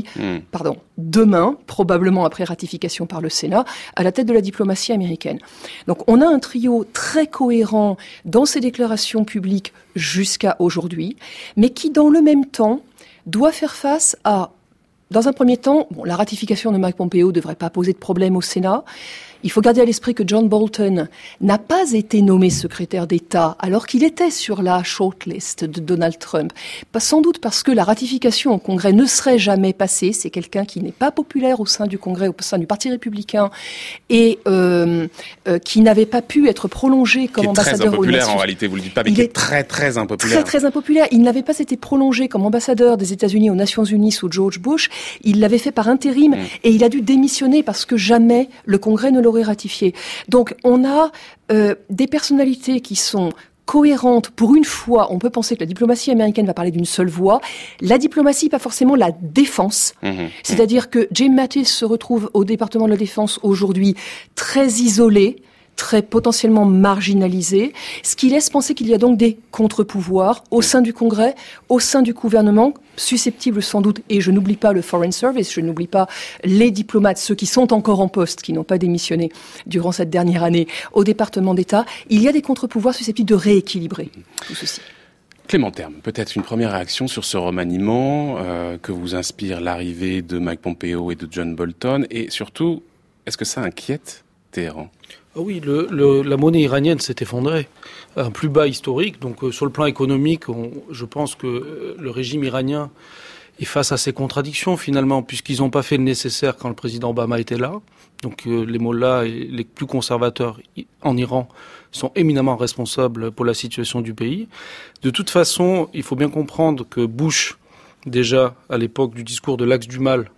demain, probablement après ratification par le Sénat, à la tête de la diplomatie américaine. Donc, on a un trio très cohérent dans ses déclarations publiques jusqu'à aujourd'hui, mais qui, dans le même temps, doit faire face à, dans un premier temps, la ratification de Mike Pompeo ne devrait pas poser de problème au Sénat. Il faut garder à l'esprit que John Bolton n'a pas été nommé secrétaire d'État alors qu'il était sur la shortlist de Donald Trump. Sans doute parce que la ratification au Congrès ne serait jamais passée. C'est quelqu'un qui n'est pas populaire au sein du Congrès, au sein du Parti républicain, et qui n'avait pas pu être prolongé comme ambassadeur aux Nations Unies. Très impopulaire en réalité, vous le dites pas, mais qui est très très impopulaire. Très très impopulaire. Il n'avait pas été prolongé comme ambassadeur des États-Unis aux Nations Unies sous George Bush. Il l'avait fait par intérim et il a dû démissionner parce que jamais le Congrès ne l'aurait ratifié. Donc on a des personnalités qui sont cohérentes. Pour une fois, on peut penser que la diplomatie américaine va parler d'une seule voix. La diplomatie, pas forcément la défense. C'est-à-dire que Jim Mattis se retrouve au département de la Défense aujourd'hui très isolé, très potentiellement marginalisé, ce qui laisse penser qu'il y a donc des contre-pouvoirs au sein du Congrès, au sein du gouvernement, susceptibles sans doute, et je n'oublie pas le Foreign Service, je n'oublie pas les diplomates, ceux qui sont encore en poste, qui n'ont pas démissionné durant cette dernière année au département d'État. Il y a des contre-pouvoirs susceptibles de rééquilibrer tout ceci. Clément Terme, peut-être une première réaction sur ce remaniement que vous inspire l'arrivée de Mike Pompeo et de John Bolton, et surtout, est-ce que ça inquiète Téhéran ? Oui, la monnaie iranienne s'est effondrée à un plus bas historique. Donc sur le plan économique, je pense que le régime iranien est face à ces contradictions finalement, puisqu'ils n'ont pas fait le nécessaire quand le président Obama était là. Donc les mollahs et les plus conservateurs en Iran sont éminemment responsables pour la situation du pays. De toute façon, il faut bien comprendre que Bush, déjà à l'époque du discours de l'axe du mal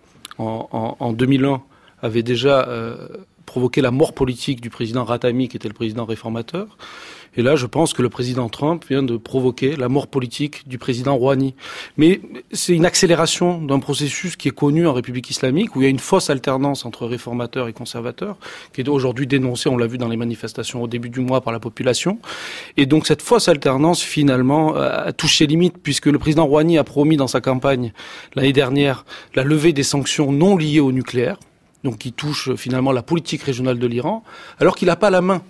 en 2001, avait déjà provoqué la mort politique du président Khatami, qui était le président réformateur. Et là, je pense que le président Trump vient de provoquer la mort politique du président Rouhani. Mais c'est une accélération d'un processus qui est connu en République islamique, où il y a une fausse alternance entre réformateurs et conservateurs, qui est aujourd'hui dénoncée, on l'a vu dans les manifestations au début du mois, par la population. Et donc cette fausse alternance, finalement, a touché limite, puisque le président Rouhani a promis dans sa campagne, l'année dernière, la levée des sanctions non liées au nucléaire, donc qui touche finalement la politique régionale de l'Iran, alors qu'il n'a pas la main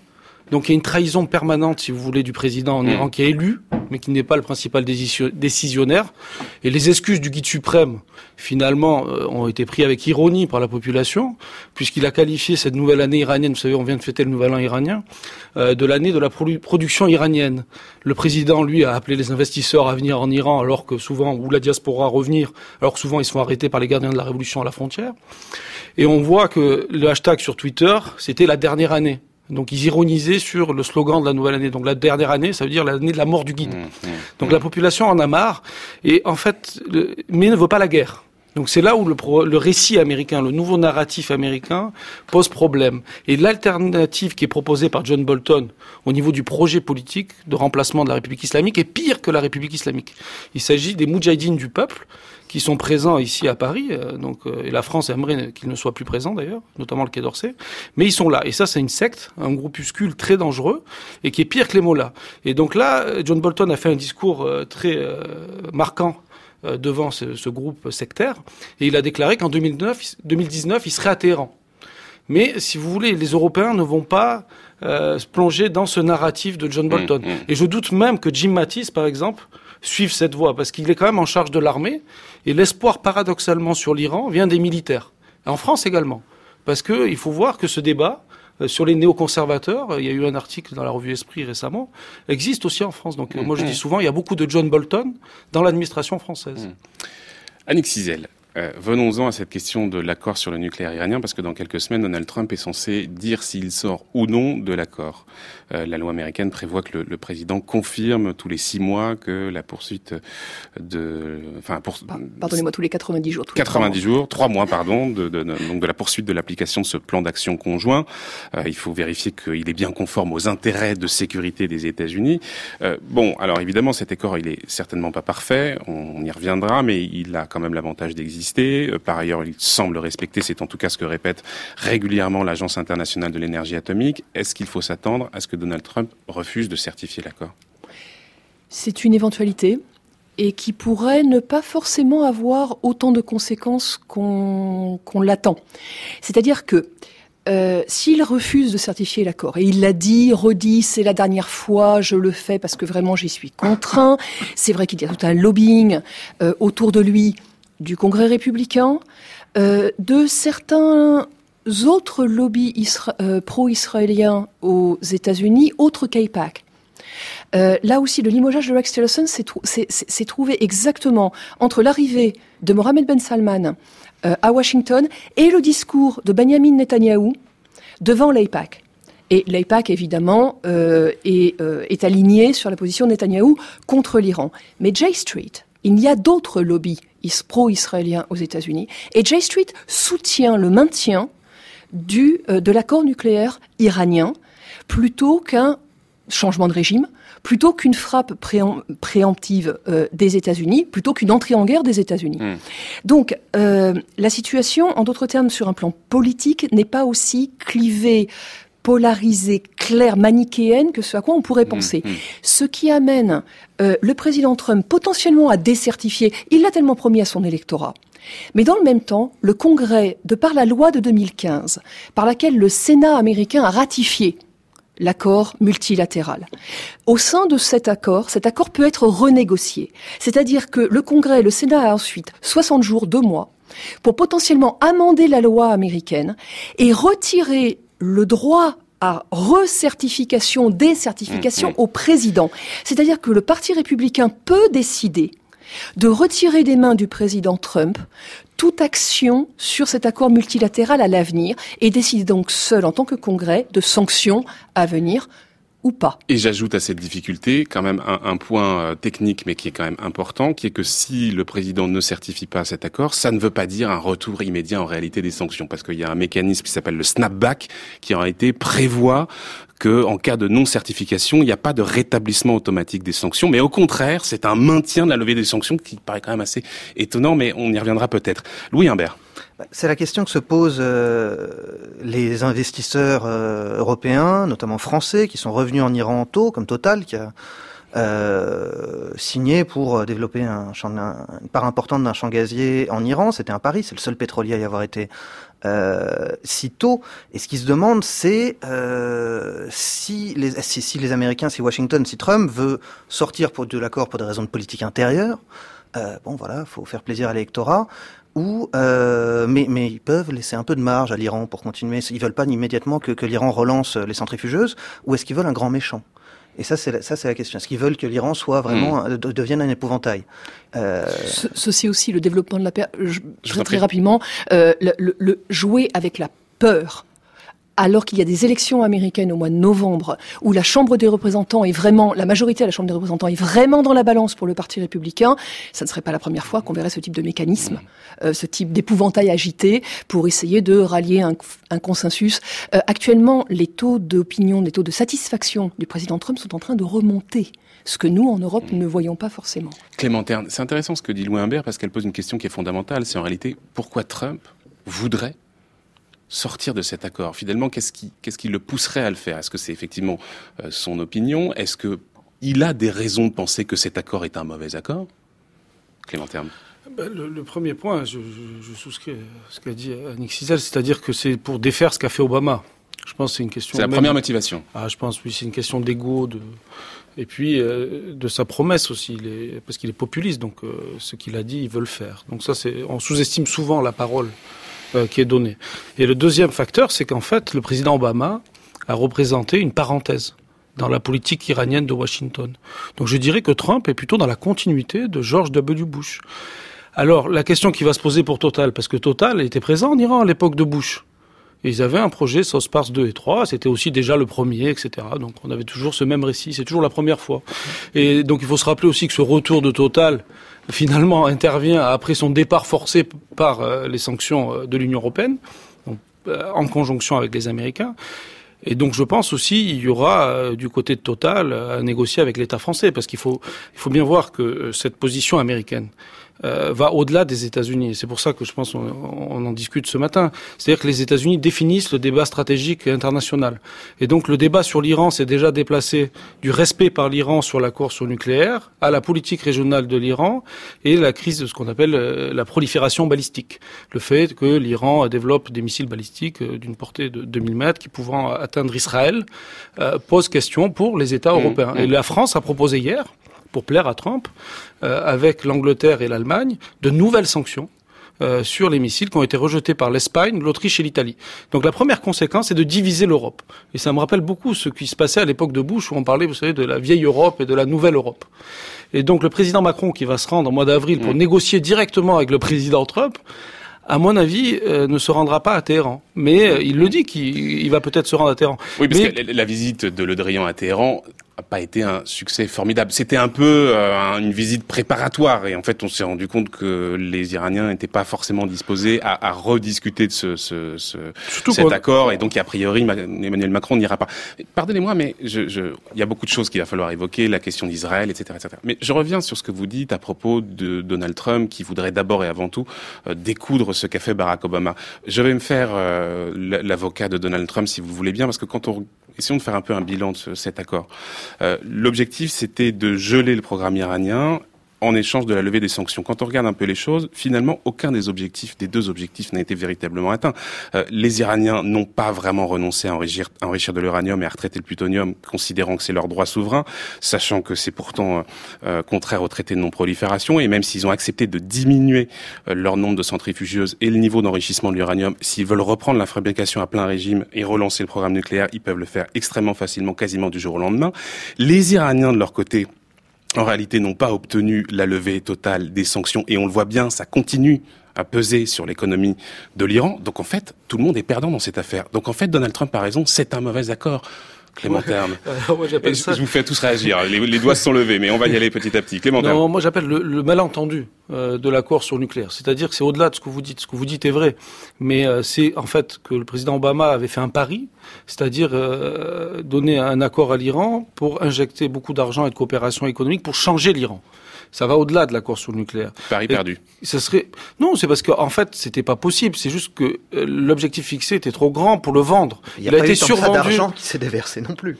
Donc il y a une trahison permanente, si vous voulez, du président en Iran qui est élu, mais qui n'est pas le principal décisionnaire. Et les excuses du guide suprême, finalement, ont été prises avec ironie par la population, puisqu'il a qualifié cette nouvelle année iranienne, vous savez, on vient de fêter le nouvel an iranien, de l'année de la production iranienne. Le président, lui, a appelé les investisseurs à venir en Iran, alors que souvent, ou la diaspora à revenir, alors que souvent ils sont arrêtés par les gardiens de la révolution à la frontière. Et on voit que le hashtag sur Twitter, c'était la dernière année. Donc ils ironisaient sur le slogan de la nouvelle année. Donc la dernière année, ça veut dire l'année de la mort du guide. Donc la population en a marre, et en fait, mais ne veut pas la guerre. Donc c'est là où le récit américain, le nouveau narratif américain pose problème. Et l'alternative qui est proposée par John Bolton au niveau du projet politique de remplacement de la République islamique est pire que la République islamique. Il s'agit des moudjahidines du peuple qui sont présents ici à Paris, et la France aimerait qu'ils ne soient plus présents d'ailleurs, notamment le Quai d'Orsay, mais ils sont là. Et ça, c'est une secte, un groupuscule très dangereux, et qui est pire que les mollahs. Et donc là, John Bolton a fait un discours très marquant devant ce groupe sectaire, et il a déclaré qu'en 2019, il serait à Téhéran. Mais, si vous voulez, les Européens ne vont pas se plonger dans ce narratif de John Bolton. Et je doute même que Jim Mattis, par exemple, suive cette voie, parce qu'il est quand même en charge de l'armée, et l'espoir, paradoxalement, sur l'Iran vient des militaires. Et en France également. Parce que il faut voir que ce débat sur les néoconservateurs, il y a eu un article dans la revue Esprit récemment, existe aussi en France. Donc moi je dis souvent, il y a beaucoup de John Bolton dans l'administration française. Annick Cizel, venons-en à cette question de l'accord sur le nucléaire iranien, parce que dans quelques semaines, Donald Trump est censé dire s'il sort ou non de l'accord. La loi américaine prévoit que le président confirme tous les 6 mois que la poursuite Pardonnez-moi, tous les 90 jours. 3 mois, donc de la poursuite de l'application de ce plan d'action conjoint. Il faut vérifier qu'il est bien conforme aux intérêts de sécurité des États-Unis. Alors évidemment, cet accord, il est certainement pas parfait. On y reviendra, mais il a quand même l'avantage d'exister. Par ailleurs, il semble respecter, c'est en tout cas ce que répète régulièrement l'Agence internationale de l'énergie atomique. Est-ce qu'il faut s'attendre à ce que Donald Trump refuse de certifier l'accord ? C'est une éventualité, et qui pourrait ne pas forcément avoir autant de conséquences qu'on l'attend. C'est-à-dire que s'il refuse de certifier l'accord, et il l'a dit, redit, c'est la dernière fois, je le fais parce que vraiment j'y suis contraint, c'est vrai qu'il y a tout un lobbying autour de lui, du Congrès républicain, de certains autres lobbies pro-israéliens aux États-Unis, autres qu'AIPAC. Là aussi, le limogeage de Rex Tillerson s'est trouvé exactement entre l'arrivée de Mohammed Ben Salman à Washington et le discours de Benjamin Netanyahou devant l'AIPAC. Et l'AIPAC, évidemment, est aligné sur la position de Netanyahou contre l'Iran. Mais J Street, il y a d'autres lobbies pro-israéliens aux États-Unis, et J Street soutient le maintien de l'accord nucléaire iranien plutôt qu'un changement de régime, plutôt qu'une frappe préemptive des États-Unis, plutôt qu'une entrée en guerre des États-Unis. Donc, la situation, en d'autres termes, sur un plan politique, n'est pas aussi clivée, polarisée, claire, manichéenne que ce à quoi on pourrait penser. Ce qui amène le président Trump potentiellement à décertifier, il l'a tellement promis à son électorat. Mais dans le même temps, le Congrès, de par la loi de 2015, par laquelle le Sénat américain a ratifié l'accord multilatéral. Au sein de cet accord peut être renégocié. C'est-à-dire que le Congrès et le Sénat a ensuite 60 jours, 2 mois, pour potentiellement amender la loi américaine et retirer le droit à recertification, décertification au président. C'est-à-dire que le Parti républicain peut décider de retirer des mains du président Trump toute action sur cet accord multilatéral à l'avenir et décider donc seul en tant que Congrès de sanctions à venir ou pas. Et j'ajoute à cette difficulté quand même un point technique, mais qui est quand même important, qui est que si le président ne certifie pas cet accord, ça ne veut pas dire un retour immédiat en réalité des sanctions, parce qu'il y a un mécanisme qui s'appelle le snapback, qui en réalité prévoit que, en cas de non-certification, il n'y a pas de rétablissement automatique des sanctions, mais au contraire, c'est un maintien de la levée des sanctions qui paraît quand même assez étonnant, mais on y reviendra peut-être. Louis Imbert. C'est la question que se posent les investisseurs européens, notamment français, qui sont revenus en Iran tôt, comme Total, qui a signé pour développer une part importante d'un champ gazier en Iran. C'était un pari, c'est le seul pétrolier à y avoir été si tôt. Et ce qui se demande, c'est si les Américains, si Washington, si Trump veut sortir de l'accord pour des raisons de politique intérieure, faut faire plaisir à l'électorat. Mais ils peuvent laisser un peu de marge à l'Iran pour continuer. Ils veulent pas immédiatement que l'Iran relance les centrifugeuses, ou est-ce qu'ils veulent un grand méchant? Et ça, c'est la question. Est-ce qu'ils veulent que l'Iran soit vraiment devienne un épouvantail? Ceci aussi, le développement de la peur. Très rapidement, le jouer avec la peur. Alors qu'il y a des élections américaines au mois de novembre, où la Chambre des représentants la majorité à la Chambre des représentants est vraiment dans la balance pour le Parti républicain, ça ne serait pas la première fois qu'on verrait ce type de mécanisme, ce type d'épouvantail agité pour essayer de rallier un consensus. Actuellement, les taux d'opinion, les taux de satisfaction du président Trump sont en train de remonter. Ce que nous, en Europe, ne voyons pas forcément. Clément Terne, c'est intéressant ce que dit Louis Humbert, parce qu'elle pose une question qui est fondamentale. C'est en réalité, pourquoi Trump voudrait sortir de cet accord? Finalement, qu'est-ce qui le pousserait à le faire? Est-ce que c'est effectivement son opinion? Est-ce qu'il a des raisons de penser que cet accord est un mauvais accord? Clément Terne. Le premier point, je souscris à ce qu'a dit Annick Cizelle, c'est-à-dire que c'est pour défaire ce qu'a fait Obama. Je pense que c'est une question... C'est la première motivation. Je pense, oui, c'est une question d'ego, et puis de sa promesse aussi, parce qu'il est populiste, donc ce qu'il a dit, il veut le faire. Donc ça, on sous-estime souvent la parole qui est donnée. Et le deuxième facteur, c'est qu'en fait, le président Obama a représenté une parenthèse dans la politique iranienne de Washington. Donc je dirais que Trump est plutôt dans la continuité de George W. Bush. Alors, la question qui va se poser pour Total, parce que Total était présent en Iran à l'époque de Bush. Et ils avaient un projet South Pars 2 et 3, c'était aussi déjà le premier, etc. Donc on avait toujours ce même récit, c'est toujours la première fois. Et donc il faut se rappeler aussi que ce retour de Total, finalement, intervient après son départ forcé par les sanctions de l'Union européenne, donc, en conjonction avec les Américains. Et donc je pense aussi il y aura du côté de Total à négocier avec l'État français, parce qu'il faut bien voir que cette position américaine va au-delà des États-Unis. C'est pour ça que je pense on en discute ce matin. C'est-à-dire que les États-Unis définissent le débat stratégique international. Et donc le débat sur l'Iran s'est déjà déplacé du respect par l'Iran sur l'accord sur le nucléaire à la politique régionale de l'Iran et la crise de ce qu'on appelle la prolifération balistique. Le fait que l'Iran développe des missiles balistiques d'une portée de 2000 mètres qui pouvant atteindre Israël pose question pour les États européens. Et la France a proposé hier, pour plaire à Trump, avec l'Angleterre et l'Allemagne, de nouvelles sanctions sur les missiles qui ont été rejetés par l'Espagne, l'Autriche et l'Italie. Donc la première conséquence, c'est de diviser l'Europe. Et ça me rappelle beaucoup ce qui se passait à l'époque de Bush, où on parlait, vous savez, de la vieille Europe et de la nouvelle Europe. Et donc le président Macron, qui va se rendre au mois d'avril pour négocier directement avec le président Trump, à mon avis, ne se rendra pas à Téhéran. Mais il le dit qu'il va peut-être se rendre à Téhéran. Oui, parce que la visite de Le Drian à Téhéran n'a pas été un succès formidable. C'était un peu une visite préparatoire. Et en fait, on s'est rendu compte que les Iraniens n'étaient pas forcément disposés à rediscuter de cet accord. Et donc, a priori, Emmanuel Macron n'ira pas. Pardonnez-moi, mais il y a beaucoup de choses qu'il va falloir évoquer, la question d'Israël, etc., etc. Mais je reviens sur ce que vous dites à propos de Donald Trump, qui voudrait d'abord et avant tout découdre ce qu'a fait Barack Obama. Je vais me faire l'avocat de Donald Trump, si vous voulez bien, parce que essayons de faire un peu un bilan de cet accord. L'objectif, c'était de geler le programme iranien en échange de la levée des sanctions. Quand on regarde un peu les choses, finalement, aucun des deux objectifs n'a été véritablement atteint. Les Iraniens n'ont pas vraiment renoncé à enrichir de l'uranium et à retraiter le plutonium, considérant que c'est leur droit souverain, sachant que c'est pourtant contraire au traité de non-prolifération, et même s'ils ont accepté de diminuer leur nombre de centrifugeuses et le niveau d'enrichissement de l'uranium, s'ils veulent reprendre la fabrication à plein régime et relancer le programme nucléaire, ils peuvent le faire extrêmement facilement, quasiment du jour au lendemain. Les Iraniens, de leur côté, en réalité, n'ont pas obtenu la levée totale des sanctions. Et on le voit bien, ça continue à peser sur l'économie de l'Iran. Donc en fait, tout le monde est perdant dans cette affaire. Donc en fait, Donald Trump a raison, c'est un mauvais accord. Clément Terne. Je vous fais tous réagir. Les doigts se sont levés, mais on va y aller petit à petit. Clément Terne. Non, moi j'appelle le malentendu de l'accord sur le nucléaire. C'est-à-dire que c'est au-delà de ce que vous dites. Ce que vous dites est vrai. Mais c'est en fait que le président Obama avait fait un pari, c'est-à-dire donner un accord à l'Iran pour injecter beaucoup d'argent et de coopération économique pour changer l'Iran. Ça va au-delà de l'accord sur le nucléaire. Pari perdu. Non, c'est parce qu'en fait, c'était pas possible. C'est juste que l'objectif fixé était trop grand pour le vendre. Il a été survendu. Pas d'argent qui s'est déversé non plus.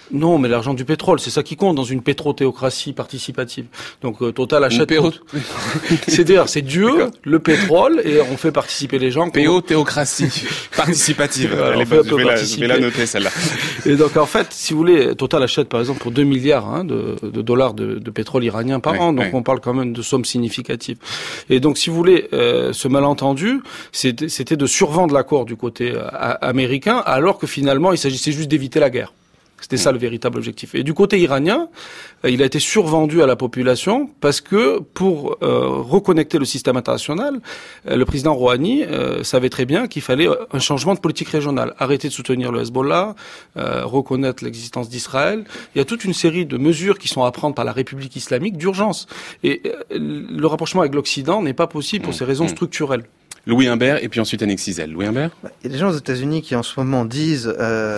Non, mais l'argent du pétrole, c'est ça qui compte dans une pétrothéocratie participative. Donc Total achète... C'est-à-dire, c'est Dieu, le pétrole, et on fait participer les gens... Péothéocratie participative. Voilà, je vais la noter, celle-là. Et donc, en fait, si vous voulez, Total achète, par exemple, pour 2 milliards de dollars de pétrole iranien par an. Donc, on parle quand même de sommes significatives. Et donc, si vous voulez, ce malentendu, c'était de survendre l'accord du côté américain, alors que finalement, il s'agissait juste d'éviter la guerre. C'était ça le véritable objectif. Et du côté iranien, il a été survendu à la population parce que pour reconnecter le système international, le président Rouhani savait très bien qu'il fallait un changement de politique régionale. Arrêter de soutenir le Hezbollah, reconnaître l'existence d'Israël. Il y a toute une série de mesures qui sont à prendre par la République islamique d'urgence. Et le rapprochement avec l'Occident n'est pas possible pour ces raisons structurelles. Louis Imbert et puis ensuite Annick Cizel. Louis Imbert ? Il y a des gens aux États-Unis qui en ce moment disent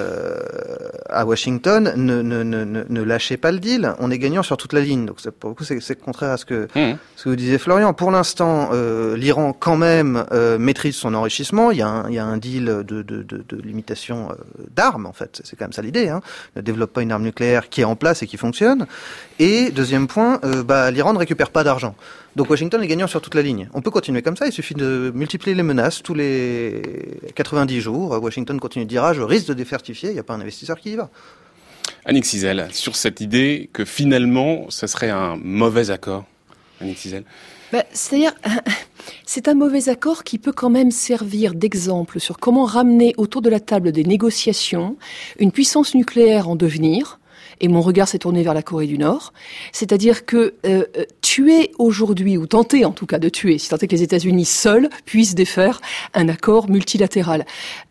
à Washington ne lâchez pas le deal, on est gagnant sur toute la ligne. Donc pour le coup c'est contraire à ce que vous disiez Florian. Pour l'instant, l'Iran quand même maîtrise son enrichissement. Il y a un deal de limitation d'armes en fait. C'est quand même ça l'idée. Ne développe pas une arme nucléaire qui est en place et qui fonctionne. Et deuxième point, l'Iran ne récupère pas d'argent. Donc Washington est gagnant sur toute la ligne. On peut continuer comme ça, il suffit de multiplier les menaces tous les 90 jours. Washington continue de dire je risque de désertifier, il n'y a pas un investisseur qui y va. Annick Cizel, sur cette idée que finalement, ça serait un mauvais accord. Annick Cizel. C'est-à-dire, c'est un mauvais accord qui peut quand même servir d'exemple sur comment ramener autour de la table des négociations une puissance nucléaire en devenir. Et mon regard s'est tourné vers la Corée du Nord. C'est-à-dire que tuer aujourd'hui, ou tenter en tout cas de tuer, si tant est que les États-Unis seuls puissent défaire un accord multilatéral,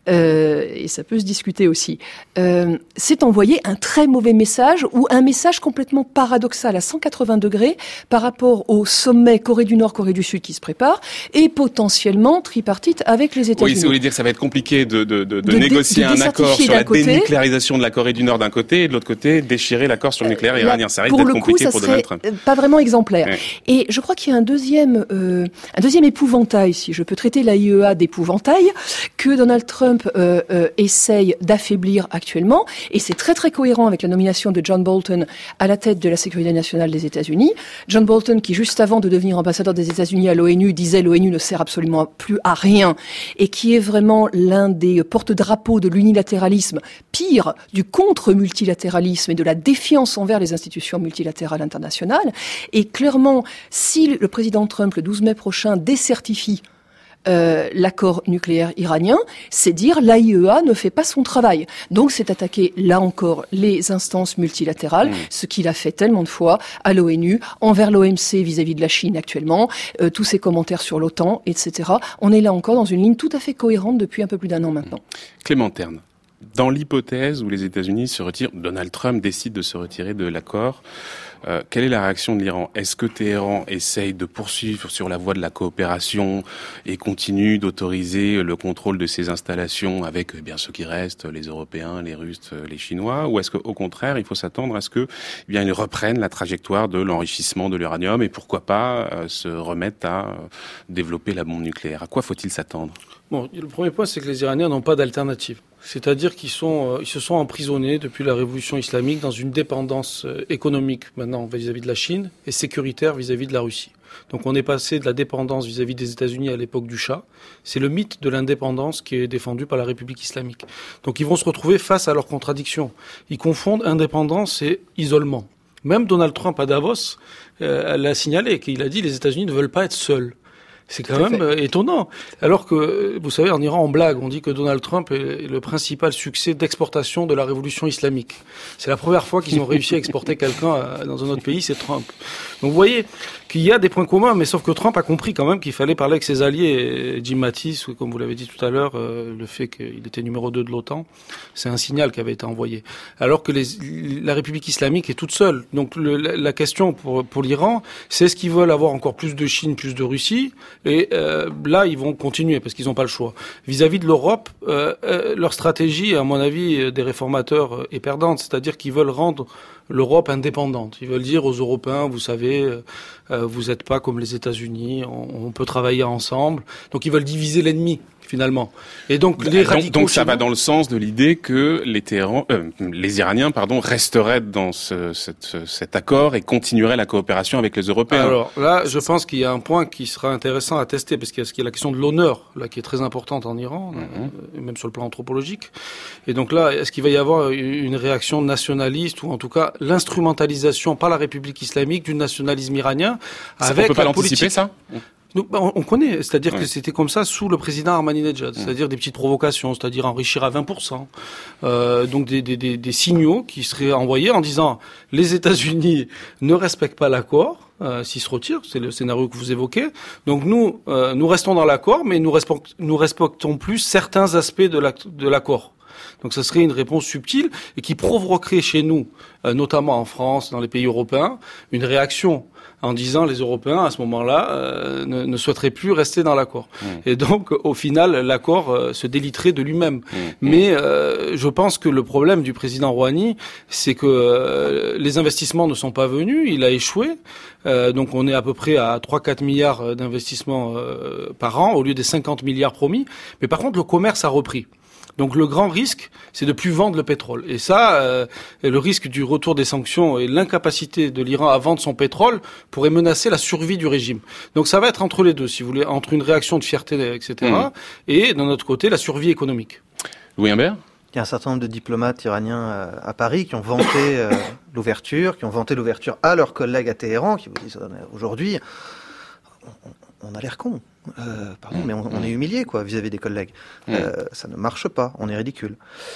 et ça peut se discuter aussi, c'est envoyer un très mauvais message, ou un message complètement paradoxal à 180 degrés par rapport au sommet Corée du Nord, Corée du Sud qui se prépare, et potentiellement tripartite avec les États-Unis. Oui, ça voulait dire que ça va être compliqué de négocier un accord sur la dénucléarisation de la Corée du Nord d'un côté, et de l'autre côté, déchirer l'accord sur le nucléaire iranien. Ça risque d'être compliqué pour Donald Trump. Pas vraiment exemplaire. Ouais. Et je crois qu'il y a un deuxième épouvantail, si je peux traiter l'AIEA d'épouvantail, que Donald Trump essaye d'affaiblir actuellement. Et c'est très très cohérent avec la nomination de John Bolton à la tête de la sécurité nationale des États-Unis. John Bolton, qui juste avant de devenir ambassadeur des États-Unis à l'ONU, disait l'ONU ne sert absolument plus à rien, et qui est vraiment l'un des porte-drapeaux de l'unilatéralisme, pire, du contre-multilatéralisme et de la défiance envers les institutions multilatérales internationales. Et clairement, si le président Trump, le 12 mai prochain, décertifie l'accord nucléaire iranien, c'est dire l'AIEA ne fait pas son travail. Donc c'est attaquer, là encore, les instances multilatérales, ce qu'il a fait tellement de fois à l'ONU, envers l'OMC vis-à-vis de la Chine actuellement, tous ses commentaires sur l'OTAN, etc. On est là encore dans une ligne tout à fait cohérente depuis un peu plus d'un an maintenant. Clément Terne, dans l'hypothèse où les États-Unis se retirent, Donald Trump décide de se retirer de l'accord, quelle est la réaction de l'Iran ? Est-ce que Téhéran essaye de poursuivre sur la voie de la coopération et continue d'autoriser le contrôle de ces installations avec bien ceux qui restent, les Européens, les Russes, les Chinois ? Ou est-ce qu'au contraire, il faut s'attendre à ce que ils reprennent la trajectoire de l'enrichissement de l'uranium et pourquoi pas se remettent à développer la bombe nucléaire ? À quoi faut-il s'attendre ? Bon, le premier point, c'est que les Iraniens n'ont pas d'alternative. C'est-à-dire qu'ils se sont emprisonnés depuis la révolution islamique dans une dépendance économique maintenant vis-à-vis de la Chine et sécuritaire vis-à-vis de la Russie. Donc on est passé de la dépendance vis-à-vis des États-Unis à l'époque du Shah. C'est le mythe de l'indépendance qui est défendu par la République islamique. Donc ils vont se retrouver face à leurs contradictions. Ils confondent indépendance et isolement. Même Donald Trump à Davos l'a signalé, qu'il a dit les États-Unis ne veulent pas être seuls. C'est quand même étonnant. Alors que, vous savez, en Iran, on blague, on dit que Donald Trump est le principal succès d'exportation de la révolution islamique. C'est la première fois qu'ils ont réussi à exporter quelqu'un dans un autre pays, c'est Trump. Donc vous voyez qu'il y a des points communs, mais sauf que Trump a compris quand même qu'il fallait parler avec ses alliés. Jim Mattis, ou comme vous l'avez dit tout à l'heure, le fait qu'il était numéro 2 de l'OTAN, c'est un signal qui avait été envoyé. Alors que la République islamique est toute seule. Donc la question pour l'Iran, c'est est-ce qu'ils veulent avoir encore plus de Chine, plus de Russie ? Et là, ils vont continuer parce qu'ils n'ont pas le choix. Vis-à-vis de l'Europe, leur stratégie, à mon avis, des réformateurs est perdante. C'est-à-dire qu'ils veulent rendre l'Europe indépendante. Ils veulent dire aux Européens, vous savez, vous n'êtes pas comme les États-Unis, on peut travailler ensemble. Donc ils veulent diviser l'ennemi. finalement. Et donc les radicaux. Donc ça va dans le sens de l'idée que les Iraniens, resteraient dans cet accord et continueraient la coopération avec les Européens. Alors là, je pense qu'il y a un point qui sera intéressant à tester, parce qu'il y a la question de l'honneur, là, qui est très importante en Iran, même sur le plan anthropologique. Et donc là, est-ce qu'il va y avoir une réaction nationaliste, ou en tout cas l'instrumentalisation par la République islamique du nationalisme iranien avec on peut pas la politique. l'anticiper, ça? On connaît, c'est-à-dire que c'était comme ça sous le président Ahmadinejad, c'est-à-dire des petites provocations, c'est-à-dire enrichir à 20%, donc des signaux qui seraient envoyés en disant les États-Unis ne respectent pas l'accord. S'ils se retirent, c'est le scénario que vous évoquez. Donc nous restons dans l'accord, mais nous respectons plus certains aspects de l'accord. Donc ça serait une réponse subtile et qui provoquerait chez nous, notamment en France, dans les pays européens, une réaction en disant les Européens à ce moment-là ne souhaiteraient plus rester dans l'accord. Et donc au final l'accord se déliterait de lui-même. Mais je pense que le problème du président Rouhani, c'est que les investissements ne sont pas venus, il a échoué. Donc on est à peu près à 3-4 milliards d'investissements par an au lieu des 50 milliards promis. Mais par contre le commerce a repris. Donc le grand risque, c'est de plus vendre le pétrole. Et ça, le risque du retour des sanctions et l'incapacité de l'Iran à vendre son pétrole pourrait menacer la survie du régime. Donc ça va être entre les deux, si vous voulez, entre une réaction de fierté, etc., et d'un autre côté, la survie économique. Louis Imbert ? Il y a un certain nombre de diplomates iraniens à Paris qui ont vanté l'ouverture, à leurs collègues à Téhéran, qui vous disent aujourd'hui, on a l'air con. Mais on est humilié vis-à-vis des collègues. Ça ne marche pas, on est ridicule.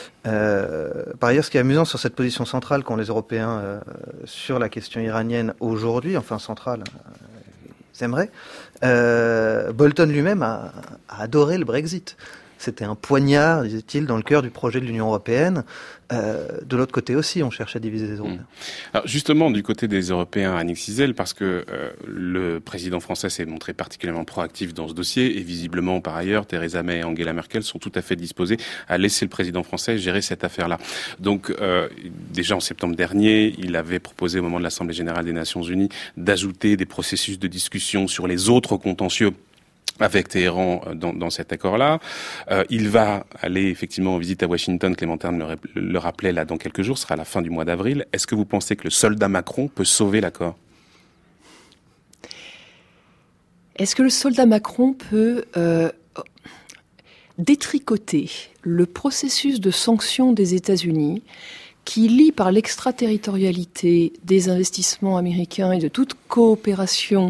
Par ailleurs, ce qui est amusant sur cette position centrale qu'ont les Européens sur la question iranienne aujourd'hui, enfin centrale, ils aimeraient, Bolton lui-même a adoré le Brexit. C'était un poignard, disait-il, dans le cœur du projet de l'Union européenne. De l'autre côté aussi, on cherche à diviser les Européens. Alors justement, du côté des Européens, Annick Cizel, parce que le président français s'est montré particulièrement proactif dans ce dossier, et visiblement, par ailleurs, Theresa May et Angela Merkel sont tout à fait disposées à laisser le président français gérer cette affaire-là. Donc, déjà en septembre dernier, il avait proposé au moment de l'Assemblée générale des Nations Unies d'ajouter des processus de discussion sur les autres contentieux avec Téhéran dans cet accord-là. Il va aller effectivement en visite à Washington, Clémentine le rappelait là dans quelques jours, ce sera à la fin du mois d'avril. Est-ce que vous pensez que le soldat Macron peut sauver l'accord ? Est-ce que le soldat Macron peut détricoter le processus de sanction des États-Unis qui lie par l'extraterritorialité des investissements américains et de toute coopération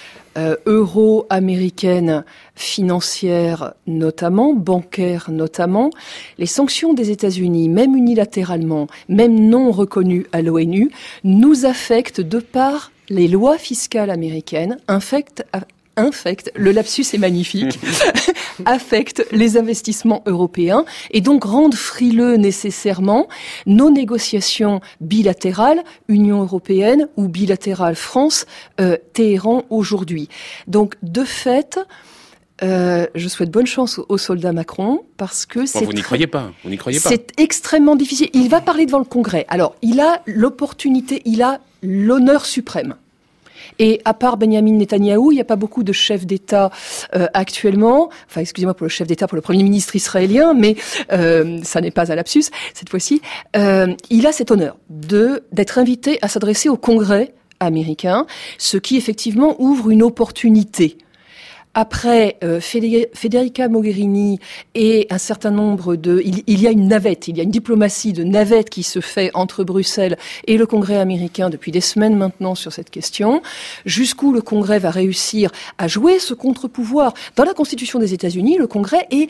euro-américaine, financière notamment, bancaire notamment, les sanctions des États-Unis, même unilatéralement, même non reconnues à l'ONU, nous affectent de par les lois fiscales américaines, infectent, le lapsus est magnifique, affectent les investissements européens et donc rendent frileux nécessairement nos négociations bilatérales, Union européenne ou bilatérales France-Téhéran aujourd'hui. Donc de fait, je souhaite bonne chance au soldat Macron parce que c'est... Vous n'y croyez pas, C'est extrêmement difficile. Il va parler devant le Congrès. Alors, il a l'opportunité, il a l'honneur suprême. Et à part Benjamin Netanyahou, il n'y a pas beaucoup de chefs d'État actuellement. Enfin, excusez-moi pour le chef d'État, pour le Premier ministre israélien, mais ça n'est pas un lapsus cette fois-ci. Il a cet honneur d'être invité à s'adresser au Congrès américain, ce qui effectivement ouvre une opportunité. Après Federica Mogherini et un certain nombre il y a une navette, il y a une diplomatie de navette qui se fait entre Bruxelles et le Congrès américain depuis des semaines maintenant sur cette question. Jusqu'où le Congrès va réussir à jouer ce contre-pouvoir. Dans la Constitution des États-Unis, le Congrès est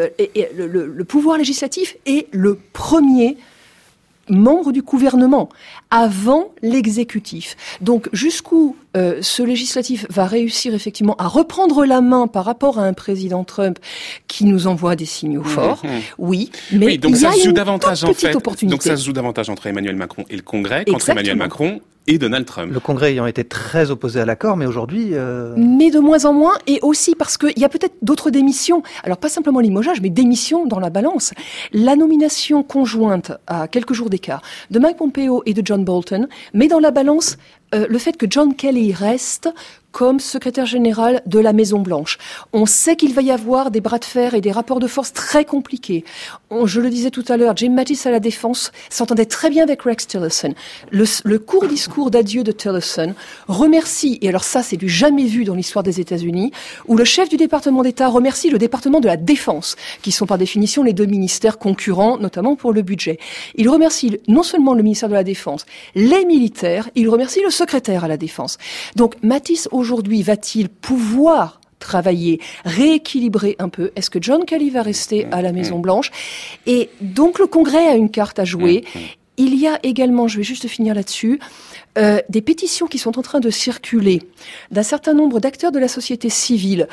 le pouvoir législatif est le premier membre du gouvernement, avant l'exécutif. Donc jusqu'où ce législatif va réussir effectivement à reprendre la main par rapport à un président Trump qui nous envoie des signaux forts, oui, mais donc il y a une petite opportunité. Donc ça se joue davantage entre Emmanuel Macron et le Congrès qu'entre Emmanuel Macron et Donald Trump. Le Congrès ayant été très opposé à l'accord, mais aujourd'hui... Mais de moins en moins, et aussi parce qu'il y a peut-être d'autres démissions. Alors pas simplement limogeage, mais démissions dans la balance. La nomination conjointe à quelques jours d'écart de Mike Pompeo et de John Bolton met dans la balance le fait que John Kelly reste comme secrétaire général de la Maison-Blanche. On sait qu'il va y avoir des bras de fer et des rapports de force très compliqués. Je le disais tout à l'heure, Jim Mattis à la Défense s'entendait très bien avec Rex Tillerson. Le court discours d'adieu de Tillerson remercie, et alors ça c'est du jamais vu dans l'histoire des États-Unis, où le chef du département d'État remercie le département de la Défense, qui sont par définition les deux ministères concurrents, notamment pour le budget. Il remercie non seulement le ministère de la Défense, les militaires, il remercie le secrétaire à la Défense. Donc Mattis aujourd'hui va-t-il pouvoir travailler, rééquilibrer un peu? Est-ce que John Kelly va rester à la Maison-Blanche? Et donc le Congrès a une carte à jouer. Il y a également, je vais juste finir là-dessus, des pétitions qui sont en train de circuler d'un certain nombre d'acteurs de la société civile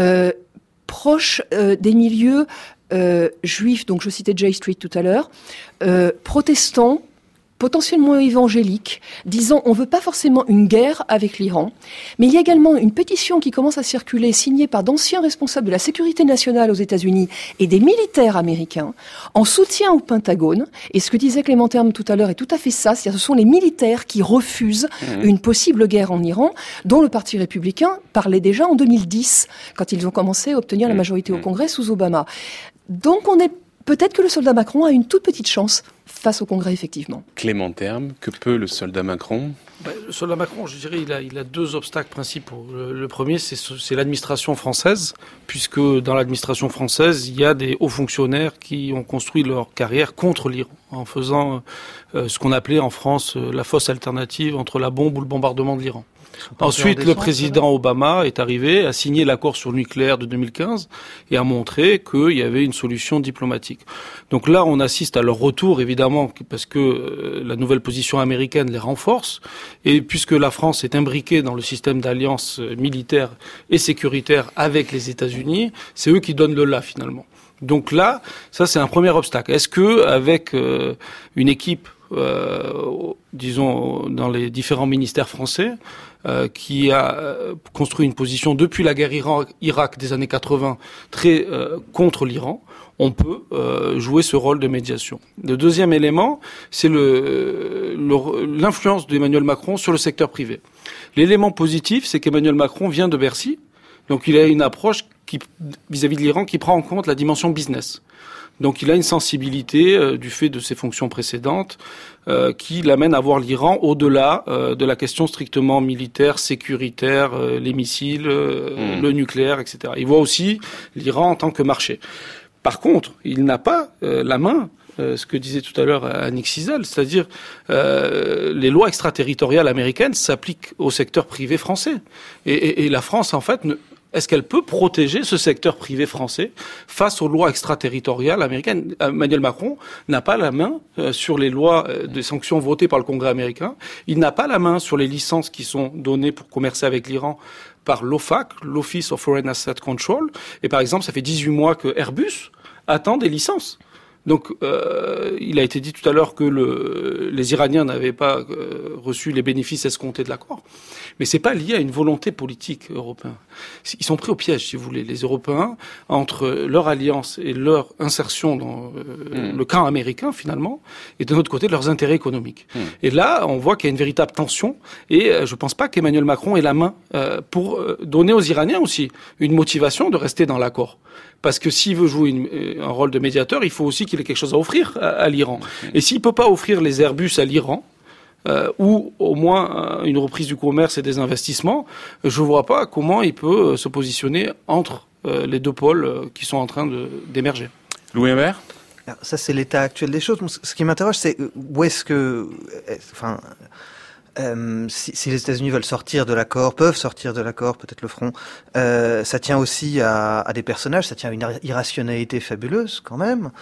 proches des milieux juifs, donc je citais J Street tout à l'heure, protestants, potentiellement évangéliques, disant on veut pas forcément une guerre avec l'Iran, mais il y a également une pétition qui commence à circuler, signée par d'anciens responsables de la sécurité nationale aux États-Unis et des militaires américains, en soutien au Pentagone. Et ce que disait Clément Terme tout à l'heure est tout à fait ça, c'est-à-dire ce sont les militaires qui refusent une possible guerre en Iran, dont le Parti républicain parlait déjà en 2010, quand ils ont commencé à obtenir la majorité au Congrès sous Obama. Donc peut-être que le soldat Macron a une toute petite chance face au Congrès, effectivement. Clément Terme, que peut le soldat Macron ? Le soldat Macron, je dirais, il a deux obstacles principaux. Le premier, c'est l'administration française, puisque dans l'administration française, il y a des hauts fonctionnaires qui ont construit leur carrière contre l'Iran, en faisant ce qu'on appelait en France la fausse alternative entre la bombe ou le bombardement de l'Iran. Ensuite, le président Obama est arrivé, a signé l'accord sur le nucléaire de 2015 et a montré qu'il y avait une solution diplomatique. Donc là, on assiste à leur retour, évidemment, parce que la nouvelle position américaine les renforce. Et puisque la France est imbriquée dans le système d'alliance militaire et sécuritaire avec les États-Unis, c'est eux qui donnent le là, finalement. Donc là, ça c'est un premier obstacle. Est-ce que avec une équipe, disons, dans les différents ministères français, qui a construit une position depuis la guerre Irak des années 80 très contre l'Iran, on peut jouer ce rôle de médiation. Le deuxième élément, c'est l'influence d'Emmanuel Macron sur le secteur privé. L'élément positif, c'est qu'Emmanuel Macron vient de Bercy, donc il a une approche vis-à-vis de l'Iran qui prend en compte la dimension business. Donc il a une sensibilité du fait de ses fonctions précédentes qui l'amène à voir l'Iran au-delà de la question strictement militaire, sécuritaire, les missiles, le nucléaire, etc. Il voit aussi l'Iran en tant que marché. Par contre, il n'a pas la main, ce que disait tout à l'heure Annick Cizal, c'est-à-dire les lois extraterritoriales américaines s'appliquent au secteur privé français. Et la France, en fait, est-ce qu'elle peut protéger ce secteur privé français face aux lois extraterritoriales américaines? Emmanuel Macron n'a pas la main sur les lois de sanctions votées par le Congrès américain. Il n'a pas la main sur les licences qui sont données pour commercer avec l'Iran par l'OFAC, l'Office of Foreign Asset Control. Et par exemple, ça fait 18 mois que Airbus attend des licences. Donc, il a été dit tout à l'heure que les Iraniens n'avaient pas reçu les bénéfices escomptés de l'accord. Mais c'est pas lié à une volonté politique européenne. Ils sont pris au piège, si vous voulez, les Européens, entre leur alliance et leur insertion dans le camp américain, finalement, et de notre côté, leurs intérêts économiques. Et là, on voit qu'il y a une véritable tension, et je pense pas qu'Emmanuel Macron ait la main pour donner aux Iraniens aussi une motivation de rester dans l'accord. Parce que s'il veut jouer un rôle de médiateur, il faut aussi qu'il ait quelque chose à offrir à l'Iran. Et s'il peut pas offrir les Airbus à l'Iran, ou au moins une reprise du commerce et des investissements, je vois pas comment il peut se positionner entre les deux pôles qui sont en train d'émerger. Louis Hébert ? Alors, ça, c'est l'état actuel des choses. Ce qui m'interroge, c'est où est-ce que... si les États-Unis veulent sortir de l'accord, peuvent sortir de l'accord, peut-être le feront, ça tient aussi à des personnages, ça tient à une irrationalité fabuleuse quand même.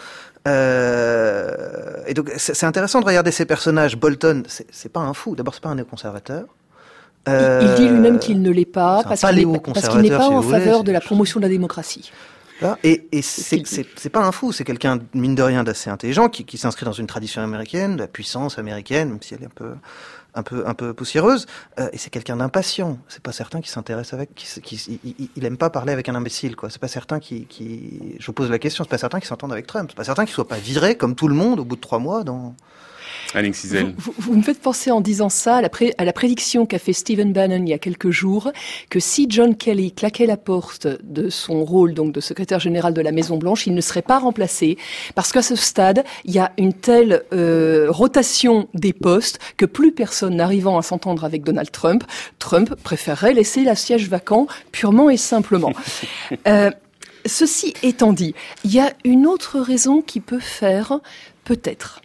Et donc c'est intéressant de regarder ces personnages. Bolton, c'est pas un fou. D'abord, c'est pas un néoconservateur. Il dit lui-même qu'il ne l'est pas parce qu'il n'est pas en faveur de la promotion de la démocratie. Et c'est pas un fou, c'est quelqu'un, mine de rien, d'assez intelligent, qui s'inscrit dans une tradition américaine, de la puissance américaine, même si elle est un peu poussiéreuse, et c'est quelqu'un d'impatient. C'est pas certain qui s'intéresse il aime pas parler avec un imbécile, quoi. C'est pas certain je vous pose la question, c'est pas certain qu'il s'entende avec Trump. C'est pas certain qu'il soit pas viré, comme tout le monde, au bout de 3 mois, Alex Cizel. Vous me faites penser en disant ça à la prédiction qu'a fait Stephen Bannon il y a quelques jours, que si John Kelly claquait la porte de son rôle donc de secrétaire général de la Maison-Blanche, il ne serait pas remplacé, parce qu'à ce stade, il y a une telle rotation des postes que plus personne n'arrivant à s'entendre avec Donald Trump, Trump préférerait laisser le siège vacant purement et simplement. Ceci étant dit, il y a une autre raison qui peut faire, peut-être,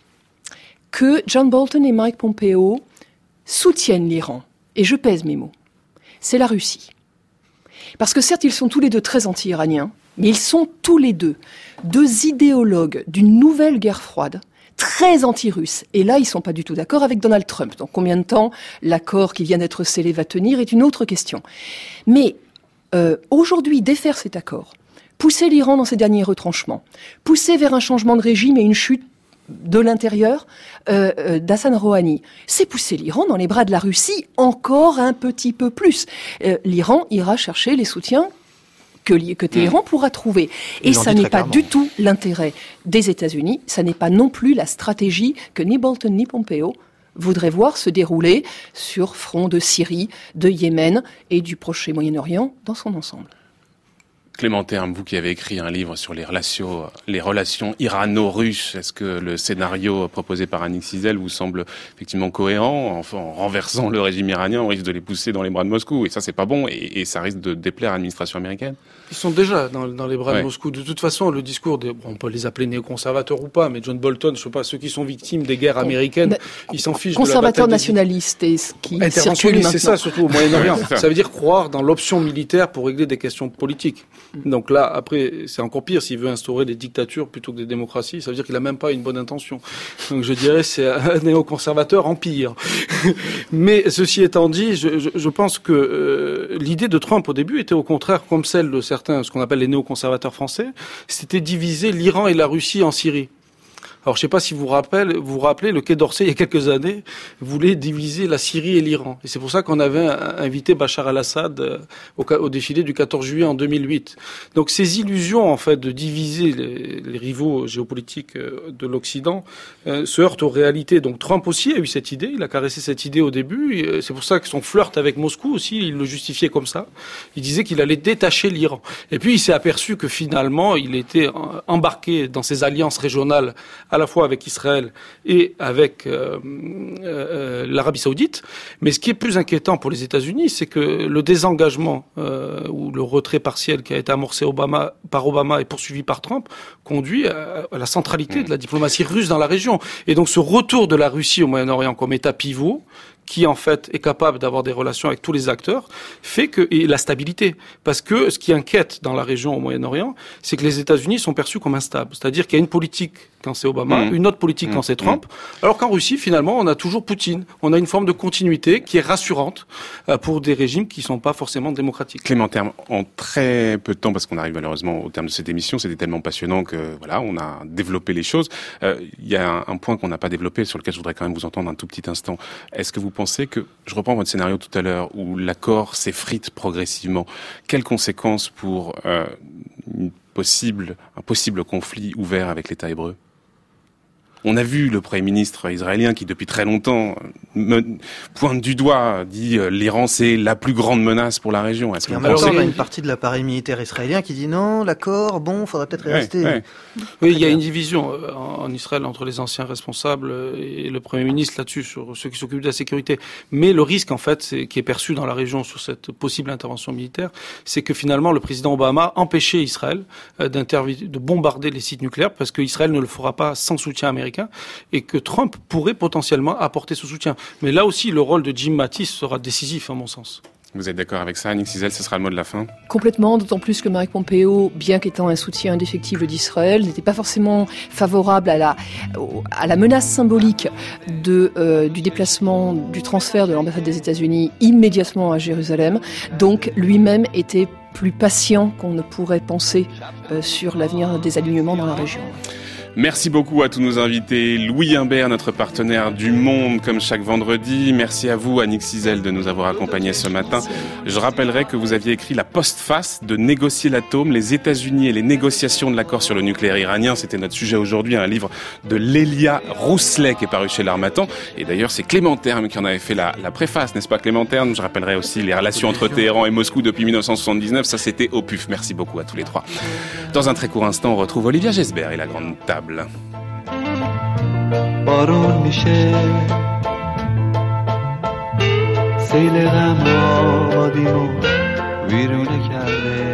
que John Bolton et Mike Pompeo soutiennent l'Iran. Et je pèse mes mots. C'est la Russie. Parce que certes, ils sont tous les deux très anti-iraniens, mais ils sont tous les deux idéologues d'une nouvelle guerre froide, très anti-russe. Et là, ils sont pas du tout d'accord avec Donald Trump. Donc combien de temps l'accord qui vient d'être scellé va tenir est une autre question. Mais aujourd'hui, défaire cet accord, pousser l'Iran dans ses derniers retranchements, pousser vers un changement de régime et une chute de l'intérieur d'Hassan Rouhani, c'est pousser l'Iran dans les bras de la Russie encore un petit peu plus. L'Iran ira chercher les soutiens que Téhéran pourra trouver. Et ça n'est pas du tout l'intérêt des États-Unis, ça n'est pas non plus la stratégie que ni Bolton ni Pompeo voudraient voir se dérouler sur front de Syrie, de Yémen et du Proche et Moyen-Orient dans son ensemble. Clément Terme, vous qui avez écrit un livre sur les relations irano-russes, est-ce que le scénario proposé par Annick Cizel vous semble effectivement cohérent? Enfin, en renversant le régime iranien, on risque de les pousser dans les bras de Moscou, et ça c'est pas bon, et ça risque de déplaire à l'administration américaine. Ils sont déjà dans les bras de Moscou. De toute façon, le discours on peut les appeler néoconservateurs ou pas, mais John Bolton, je sais pas, ceux qui sont victimes des guerres américaines, ils s'en fichent de la bataille. Conservateurs nationalistes et ce qui circule maintenant. C'est ça, surtout au Moyen-Orient. Ça veut dire croire dans l'option militaire pour régler des questions politiques. Donc là, après, c'est encore pire s'il veut instaurer des dictatures plutôt que des démocraties. Ça veut dire qu'il a même pas une bonne intention. Donc je dirais c'est un néoconservateur en pire. Mais ceci étant dit, je pense que l'idée de Trump au début était au contraire comme celle de certains, ce qu'on appelle les néoconservateurs français, c'était diviser l'Iran et la Russie en Syrie. Alors, je sais pas si vous rappelez, le Quai d'Orsay, il y a quelques années, voulait diviser la Syrie et l'Iran. Et c'est pour ça qu'on avait invité Bachar al-Assad au défilé du 14 juillet en 2008. Donc, ces illusions, en fait, de diviser les rivaux géopolitiques de l'Occident se heurtent aux réalités. Donc, Trump aussi a eu cette idée. Il a caressé cette idée au début. Et c'est pour ça que son flirt avec Moscou aussi, il le justifiait comme ça. Il disait qu'il allait détacher l'Iran. Et puis, il s'est aperçu que finalement, il était embarqué dans ces alliances régionales à la fois avec Israël et avec l'Arabie Saoudite. Mais ce qui est plus inquiétant pour les États-Unis, c'est que le désengagement ou le retrait partiel qui a été amorcé par Obama et poursuivi par Trump conduit à la centralité de la diplomatie russe dans la région. Et donc ce retour de la Russie au Moyen-Orient comme État pivot, qui en fait est capable d'avoir des relations avec tous les acteurs, fait que, et la stabilité, parce que ce qui inquiète dans la région au Moyen-Orient, c'est que les États-Unis sont perçus comme instables. C'est-à-dire qu'il y a une politique quand c'est Obama, une autre politique quand c'est Trump, alors qu'en Russie, finalement, on a toujours Poutine. On a une forme de continuité qui est rassurante pour des régimes qui sont pas forcément démocratiques. Clément Terme, en très peu de temps, parce qu'on arrive malheureusement au terme de cette émission, c'était tellement passionnant que voilà, on a développé les choses. Il y a un point qu'on n'a pas développé, sur lequel je voudrais quand même vous entendre un tout petit instant. Est-ce que vous pensez que, je reprends votre scénario tout à l'heure, où l'accord s'effrite progressivement, quelles conséquences pour un possible conflit ouvert avec l'État hébreu? On a vu le Premier ministre israélien qui, depuis très longtemps, pointe du doigt, dit l'Iran c'est la plus grande menace pour la région. Est-ce que on a une partie de l'appareil militaire israélien qui dit non, l'accord, bon, faudrait peut-être y rester. Oui, il y a une division en Israël entre les anciens responsables et le Premier ministre là-dessus, sur ceux qui s'occupent de la sécurité. Mais le risque, en fait, qui est perçu dans la région sur cette possible intervention militaire, c'est que finalement, le président Obama empêchait Israël de bombarder les sites nucléaires parce qu'Israël ne le fera pas sans soutien américain. Et que Trump pourrait potentiellement apporter ce soutien. Mais là aussi, le rôle de Jim Mattis sera décisif, à mon sens. Vous êtes d'accord avec ça, Annick Cizel? Ce sera le mot de la fin. Complètement, d'autant plus que Mike Pompeo, bien qu'étant un soutien indéfectible d'Israël, n'était pas forcément favorable à la menace symbolique du déplacement, du transfert de l'ambassade des États-Unis immédiatement à Jérusalem. Donc, lui-même était plus patient qu'on ne pourrait penser sur l'avenir des alignements dans la région. Merci beaucoup à tous nos invités. Louis Imbert, notre partenaire du Monde, comme chaque vendredi. Merci à vous, Annick Cizel, de nous avoir accompagnés ce matin. Je rappellerai que vous aviez écrit la postface de Négocier l'atome, les États-Unis et les négociations de l'accord sur le nucléaire iranien. C'était notre sujet aujourd'hui, un livre de Lélia Rousselet qui est paru chez l'Harmattan. Et d'ailleurs, c'est Clément Terme qui en avait fait la préface, n'est-ce pas, Clément Terme? Je rappellerai aussi les relations entre Téhéran et Moscou depuis 1979. Ça, c'était au PUF. Merci beaucoup à tous les trois. Dans un très court instant, on retrouve Olivia Gesbert et la grande table. بارون میشه سیل غم آبادیمو ویرونه کرده